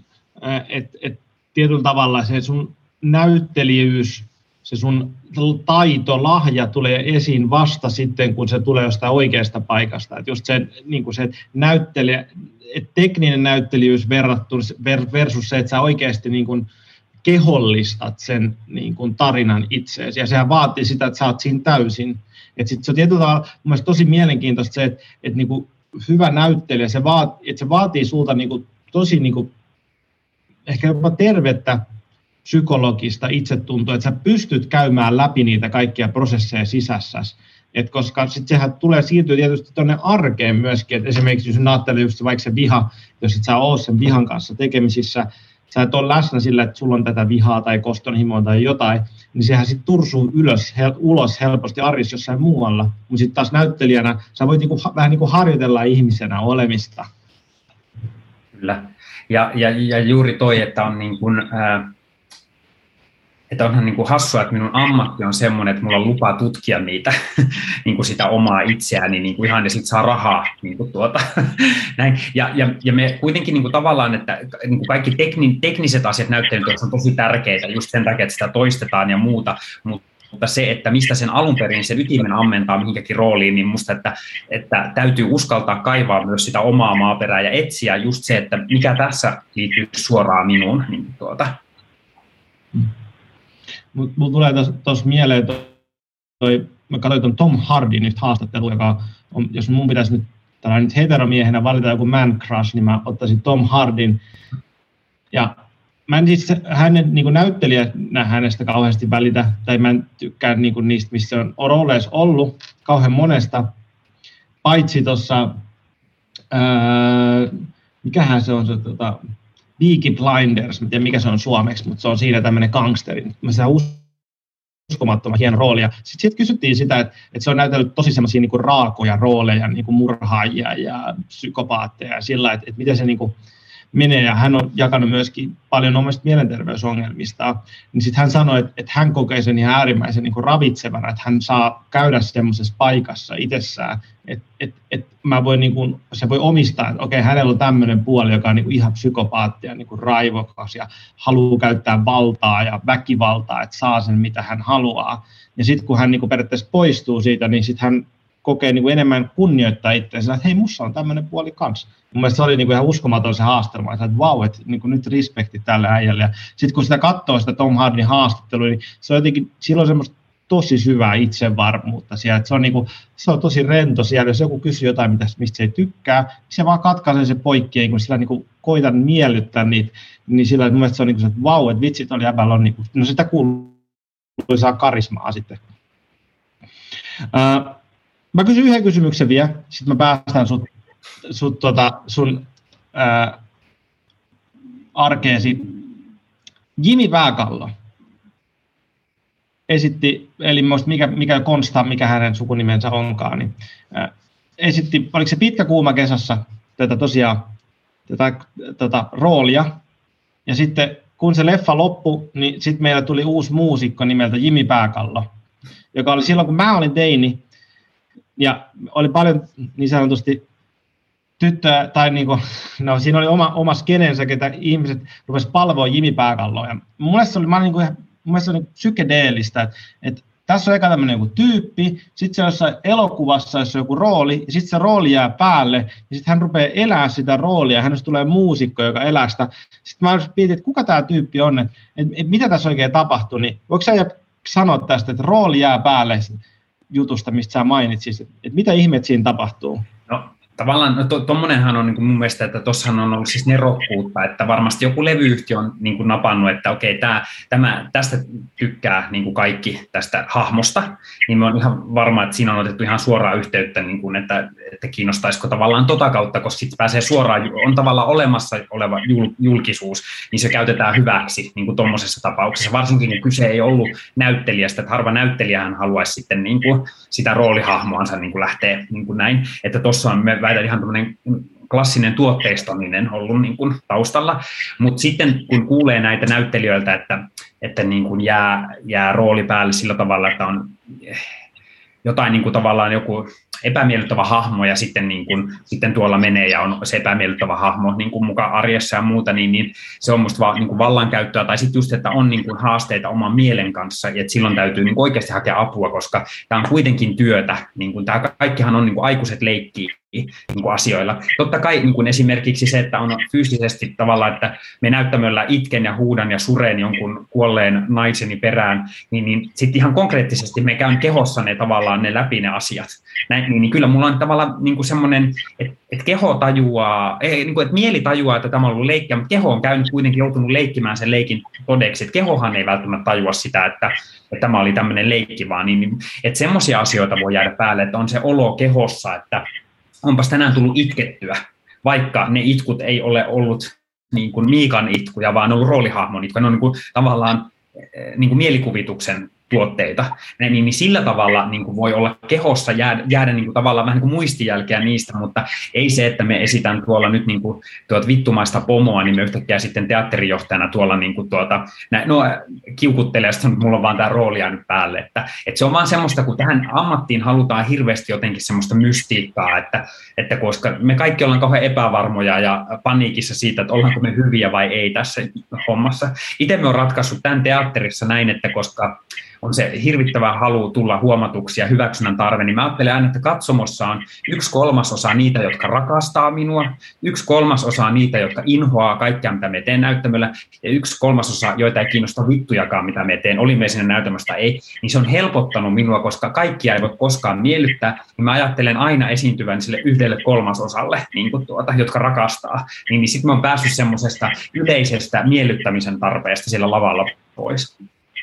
että et tietyllä tavalla se sun näyttelijyys, se sun taito, lahja tulee esiin vasta sitten, kun se tulee jostain oikeasta paikasta. Että just se, niin kuin se näyttelijä, et tekninen näyttelijyys versus se, että sä oikeasti niin kuin kehollistat sen niin kuin tarinan itseesi. Ja sehän vaatii sitä, että sä oot siinä täysin. Että sit se on tietyllä tavalla mun mielestä tosi mielenkiintoista se, että, että niin kuin hyvä näyttelijä, se vaatii, että se vaatii sulta niin kuin tosi niin kuin ehkä jopa tervettä psykologista itsetuntoa, että sä pystyt käymään läpi niitä kaikkia prosesseja sisässäsi. Et koska sitten sehän tulee siirtyä tietysti tuonne arkeen myöskin, että esimerkiksi jos ajattelee just vaikka se viha, jos et sä ole sen vihan kanssa tekemisissä, sä et ole läsnä sillä, että sulla on tätä vihaa tai kostonhimoa tai jotain, niin sehän sitten tursuu ylös, hel, ulos helposti arjessa jossain muualla. Mutta sitten taas näyttelijänä sä voit niinku, vähän niin kuin harjoitella ihmisenä olemista. Kyllä. Ja, ja, ja juuri toi, että on niin kuin, ää, että onhan niin kuin hassua, että minun ammatti on semmoinen, että mulla on lupa tutkia niitä, niin kuin sitä omaa itseäni, niin kuin ihan ja sitten saa rahaa. Niin kuin tuota, näin. Ja, ja, ja me kuitenkin niin kuin tavallaan, että niin kuin kaikki tekni, tekniset asiat näyttelytyössä on tosi tärkeitä, just sen takia, että sitä toistetaan ja muuta, mutta se, että mistä sen alun perin sen ytimen ammentaa mihinkäkin rooliin, niin musta, että, että täytyy uskaltaa kaivaa myös sitä omaa maaperää ja etsiä just se, että mikä tässä liittyy suoraan minuun. Niin tuota. Hmm. Mulla tulee tuossa mieleen, toi, mä katsoin tuon Tom Hardyn yhtä haastattelua, joka on, jos mun pitäisi nyt, nyt heteromiehenä valita joku man crush, niin mä ottaisin Tom Hardyn. Ja mä en siis hänen niin näyttelijänä hänestä kauheasti välitä, tai mä en tykkää niin niistä, missä on rooleissa ollut kauhean monesta, paitsi tuossa, mikähän se on se, tota, Peaky Blinders, mä en tiedä mikä se on suomeksi, mutta se on siinä tämmöinen gangsteri. Mä se on uskomattoman hieno rooli. Sitten sit kysyttiin sitä, että, että se on näytellyt tosi semmoisia niinku raakoja rooleja, niinku murhaajia ja psykopaatteja ja sillä, että, että miten se niinku menee. Ja hän on jakanut myöskin paljon omista mielenterveysongelmista. Niin sitten hän sanoi, että, että hän kokee sen ihan äärimmäisen niinku ravitsevana, että hän saa käydä semmoisessa paikassa itsessään, että et, et mä voin niinku, se voi omistaa, että okei, hänellä on tämmöinen puoli, joka on niinku ihan psykopaatti ja niinku raivokas ja haluaa käyttää valtaa ja väkivaltaa, että saa sen mitä hän haluaa. Ja sitten kun hän niinku periaatteessa poistuu siitä, niin sitten hän kokee niinku enemmän kunnioittaa itseänsä, että hei, musta on tämmöinen puoli kanssa. Mun mielestä se oli niinku ihan uskomaton se haastelma, että vau, että niinku nyt respekti tälle äijälle. Ja sitten kun sitä katsoo sitä Tom Hardyn haastattelua, niin se on jotenkin, silloin semmoista tosi syvää itsevarmuutta siellä, että se on, niinku, se on tosi rento siellä, jos joku kysyy jotain, mistä se ei tykkää, niin se vaan katkaisee se poikki, kun sillä niinku koitan miellyttää niitä, niin sillä mun mielestä se on niinku se, että vau, että vitsit oli jäbällä on, niinku, no sitä kuuluisaa karismaa sitten. Uh, mä kysyn yhden kysymyksen vielä, sitten mä päästään sut, sut tota, sun uh, arkeesi. Jimi Pääkallo esitti, eli mikä, mikä Konsta, mikä hänen sukunimensä onkaan, niin äh, esitti, oliko se Pitkä kuuma kesässä tätä tosiaan, tätä, tätä roolia, ja sitten kun se leffa loppui, niin sitten meillä tuli uusi muusikko nimeltä Jimi Pääkallo, joka oli silloin, kun mä olin teini, ja oli paljon niin sanotusti tyttöä, tai niin kuin, no siinä oli oma, oma skenensä, ketä ihmiset rupesivat palvoa Jimi Pääkalloa, ja mun mielestä se oli, mä olin niin kuin mun mielestä se on psykedeellistä, että, että tässä on eka tämmöinen joku tyyppi, sitten se on jossain elokuvassa, jossa on joku rooli, ja sitten se rooli jää päälle, ja sitten hän rupeaa elämään sitä roolia, ja hänestä tulee muusikko, joka elää sitä. Sitten mä mietin, että kuka tämä tyyppi on, että, että, että mitä tässä oikein tapahtuu, niin voiko sä sanoa tästä, että rooli jää päälle jutusta, mistä sä mainitsit, että, että mitä ihmeet siinä tapahtuu? No. Tavallaan no, tuommoinenhan on niin kuin mun mielestä, että tuossahan on ollut siis nerokkuutta, että varmasti joku levyyhtiö on niin kuin napannut, että okei, tää, tämä, tästä tykkää niin kuin kaikki tästä hahmosta, niin mä oon ihan varma, että siinä on otettu ihan suoraa yhteyttä, niin kuin, että, että kiinnostaisiko tavallaan tota kautta, koska sitten pääsee suoraan, on tavallaan olemassa oleva jul, julkisuus, niin se käytetään hyväksi niin kuin tuommoisessa tapauksessa, varsinkin kun kyse ei ollut näyttelijästä, että harva näyttelijähän haluaisi sitten niin kuin sitä roolihahmoansa niin kuin lähteä niin kuin näin, että tuossa on me väitän ihan tämmöinen klassinen tuotteistaminen ollut niin kuin taustalla, mutta sitten kun kuulee näitä näyttelijöiltä, että, että niin kuin jää, jää rooli päälle sillä tavalla, että on jotain niin kuin tavallaan joku epämiellyttävä hahmo ja sitten, niin kuin, sitten tuolla menee ja on se epämiellyttävä hahmo niin kuin mukaan arjessa ja muuta, niin, niin se on musta vaan niin kuin vallankäyttöä tai sitten just, että on niin kuin haasteita oman mielen kanssa ja että silloin täytyy niin kuin oikeasti hakea apua, koska tämä on kuitenkin työtä, niin kuin tämä kaikkihan on niin kuin aikuiset leikkii niin kuin asioilla. Totta kai niin kuin esimerkiksi se, että on fyysisesti tavallaan, että me näyttämöllä itken ja huudan ja suren jonkun kuolleen naiseni perään, niin, niin sitten ihan konkreettisesti me käyn kehossa ne tavallaan ne läpi ne asiat. Näin, niin, niin kyllä mulla on tavallaan niin kuin semmoinen, että, että keho tajuaa, ei, niin kuin, että mieli tajuaa, että tämä on ollut leikkiä, mutta keho on käynyt kuitenkin joutunut leikkimään sen leikin todeksi, että kehohan ei välttämättä tajua sitä, että, että tämä oli tämmöinen leikki, vaan niin, että semmoisia asioita voi jäädä päälle, että on se olo kehossa, että onpas tänään tullut itkettyä, vaikka ne itkut ei ole ollut niin kuin Miikan itkuja, vaan on ollut roolihahmon itkuja. Ne on niin kuin, tavallaan niin kuin mielikuvituksen tuotteita. Niin, niin sillä tavalla niin kuin voi olla kehossa jäädä, jäädä niin kuin, tavallaan vähän niin kuin muistijälkeä niistä, mutta ei se, että me esitän tuolla nyt niin kuin, tuot vittumaista pomoa, niin me yhtäkkiä sitten teatterijohtajana tuolla niin kuin, tuota, nä, no, kiukuttelee, että mulla on vaan tämä rooli jäänyt päälle. Että, että se on vaan semmoista, kun tähän ammattiin halutaan hirveästi jotenkin semmoista mystiikkaa, että, että koska me kaikki ollaan kauhean epävarmoja ja paniikissa siitä, että ollaanko me hyviä vai ei tässä hommassa. Itse me on ratkaissut tämän teatterissa näin, että koska on se hirvittävä halu tulla huomatuksi ja hyväksynnän tarve, niin mä ajattelen aina, että katsomossa on yksi kolmasosa niitä, jotka rakastaa minua, yksi kolmasosa niitä, jotka inhoaa kaikkea, mitä me teen näyttämöllä, ja yksi kolmasosa, joita ei kiinnosta vittujakaan, mitä me teen, oli me sinne näyttämöstä ei, niin se on helpottanut minua, koska kaikkia ei voi koskaan miellyttää, niin mä ajattelen aina esiintyvän sille yhdelle kolmasosalle, niin kuin tuota, jotka rakastaa, niin, niin sitten mä oon päässyt semmoisesta yleisestä miellyttämisen tarpeesta siellä lavalla pois.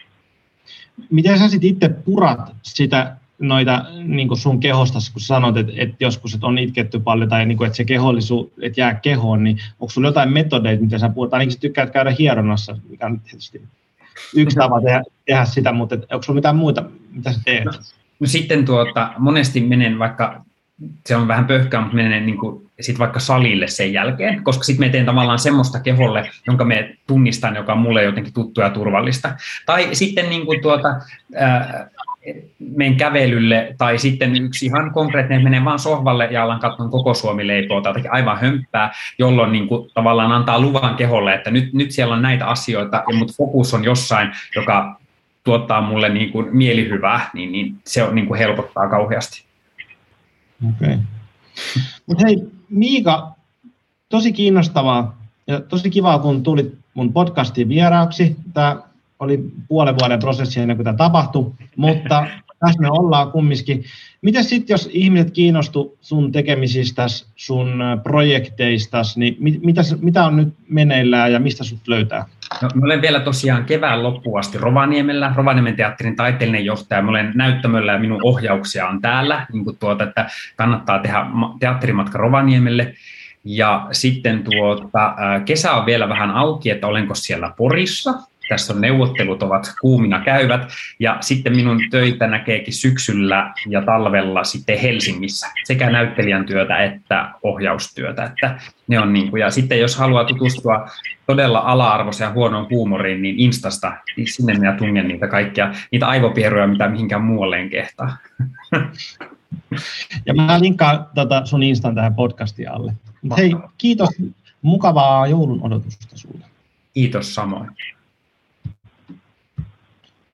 Miten sä sitten itse purat sitä noita niin kuin sun kehosta, kun sanot, että, että joskus että on itketty paljon tai niin kuin, että se kehollisuus että jää kehoon, niin onko sulla jotain metodeita, miten sä purat? Ainakin sä tykkäät käydä hieronnassa, mikä on tietysti yksi tapa tehdä, tehdä sitä, mutta että, onko sulla mitään muuta, mitä sä teet? No, no sitten tuota, monesti menen vaikka, se on vähän pöhkää, mutta menen niin kuin sit vaikka salille sen jälkeen, koska sitten me teen tavallaan semmoista keholle, jonka me tunnistan, joka on mulle jotenkin tuttua ja turvallista. Tai sitten niin kuin tuota, ää, menen kävelylle, tai sitten yksi ihan konkreettinen, menee vaan sohvalle ja alan katsomaan koko Suomi-leipoa tai jotakin aivan hömppää, jolloin niin kuin tavallaan antaa luvan keholle, että nyt, nyt siellä on näitä asioita, ja mutta fokus on jossain, joka tuottaa mulle niin kuin mielihyvää, niin, niin se on, niin kuin helpottaa kauheasti. Okei. Okay. Mutta hei, Miika, tosi kiinnostavaa ja tosi kivaa, kun tulit mun podcastiin vieraaksi. Tämä oli puolen vuoden prosessi ennen kuin tämä tapahtui, mutta tässä me ollaan kumminkin. Miten sitten, jos ihmiset kiinnostu sun tekemisistäsi, sun projekteistasi, niin mit, mitä, mitä on nyt meneillään ja mistä sut löytää? No, mä olen vielä tosiaan kevään loppuun asti Rovaniemellä, Rovaniemen teatterin taiteellinen johtaja. Mä olen näyttämöllä ja minun ohjauksia on täällä, niin kuin tuota, että kannattaa tehdä teatterimatka Rovaniemelle. Ja sitten tuota, kesä on vielä vähän auki, että olenko siellä Porissa. Tässä on neuvottelut ovat kuumina käyvät, ja sitten minun töitä näkeekin syksyllä ja talvella sitten Helsingissä, sekä näyttelijän työtä että ohjaustyötä. Että ne on niin kuin, ja sitten jos haluaa tutustua todella ala-arvoiseen ja huonoon huumoriin, niin Instasta, niin sinne minä tungen niitä kaikkia, niitä aivopieruja, mitä mihinkään muualle en kehtaa. Ja mä linkkaan tota sun Instan tähän podcastiin alle. Hei, kiitos, mukavaa joulun odotusta sulle. Kiitos samoin.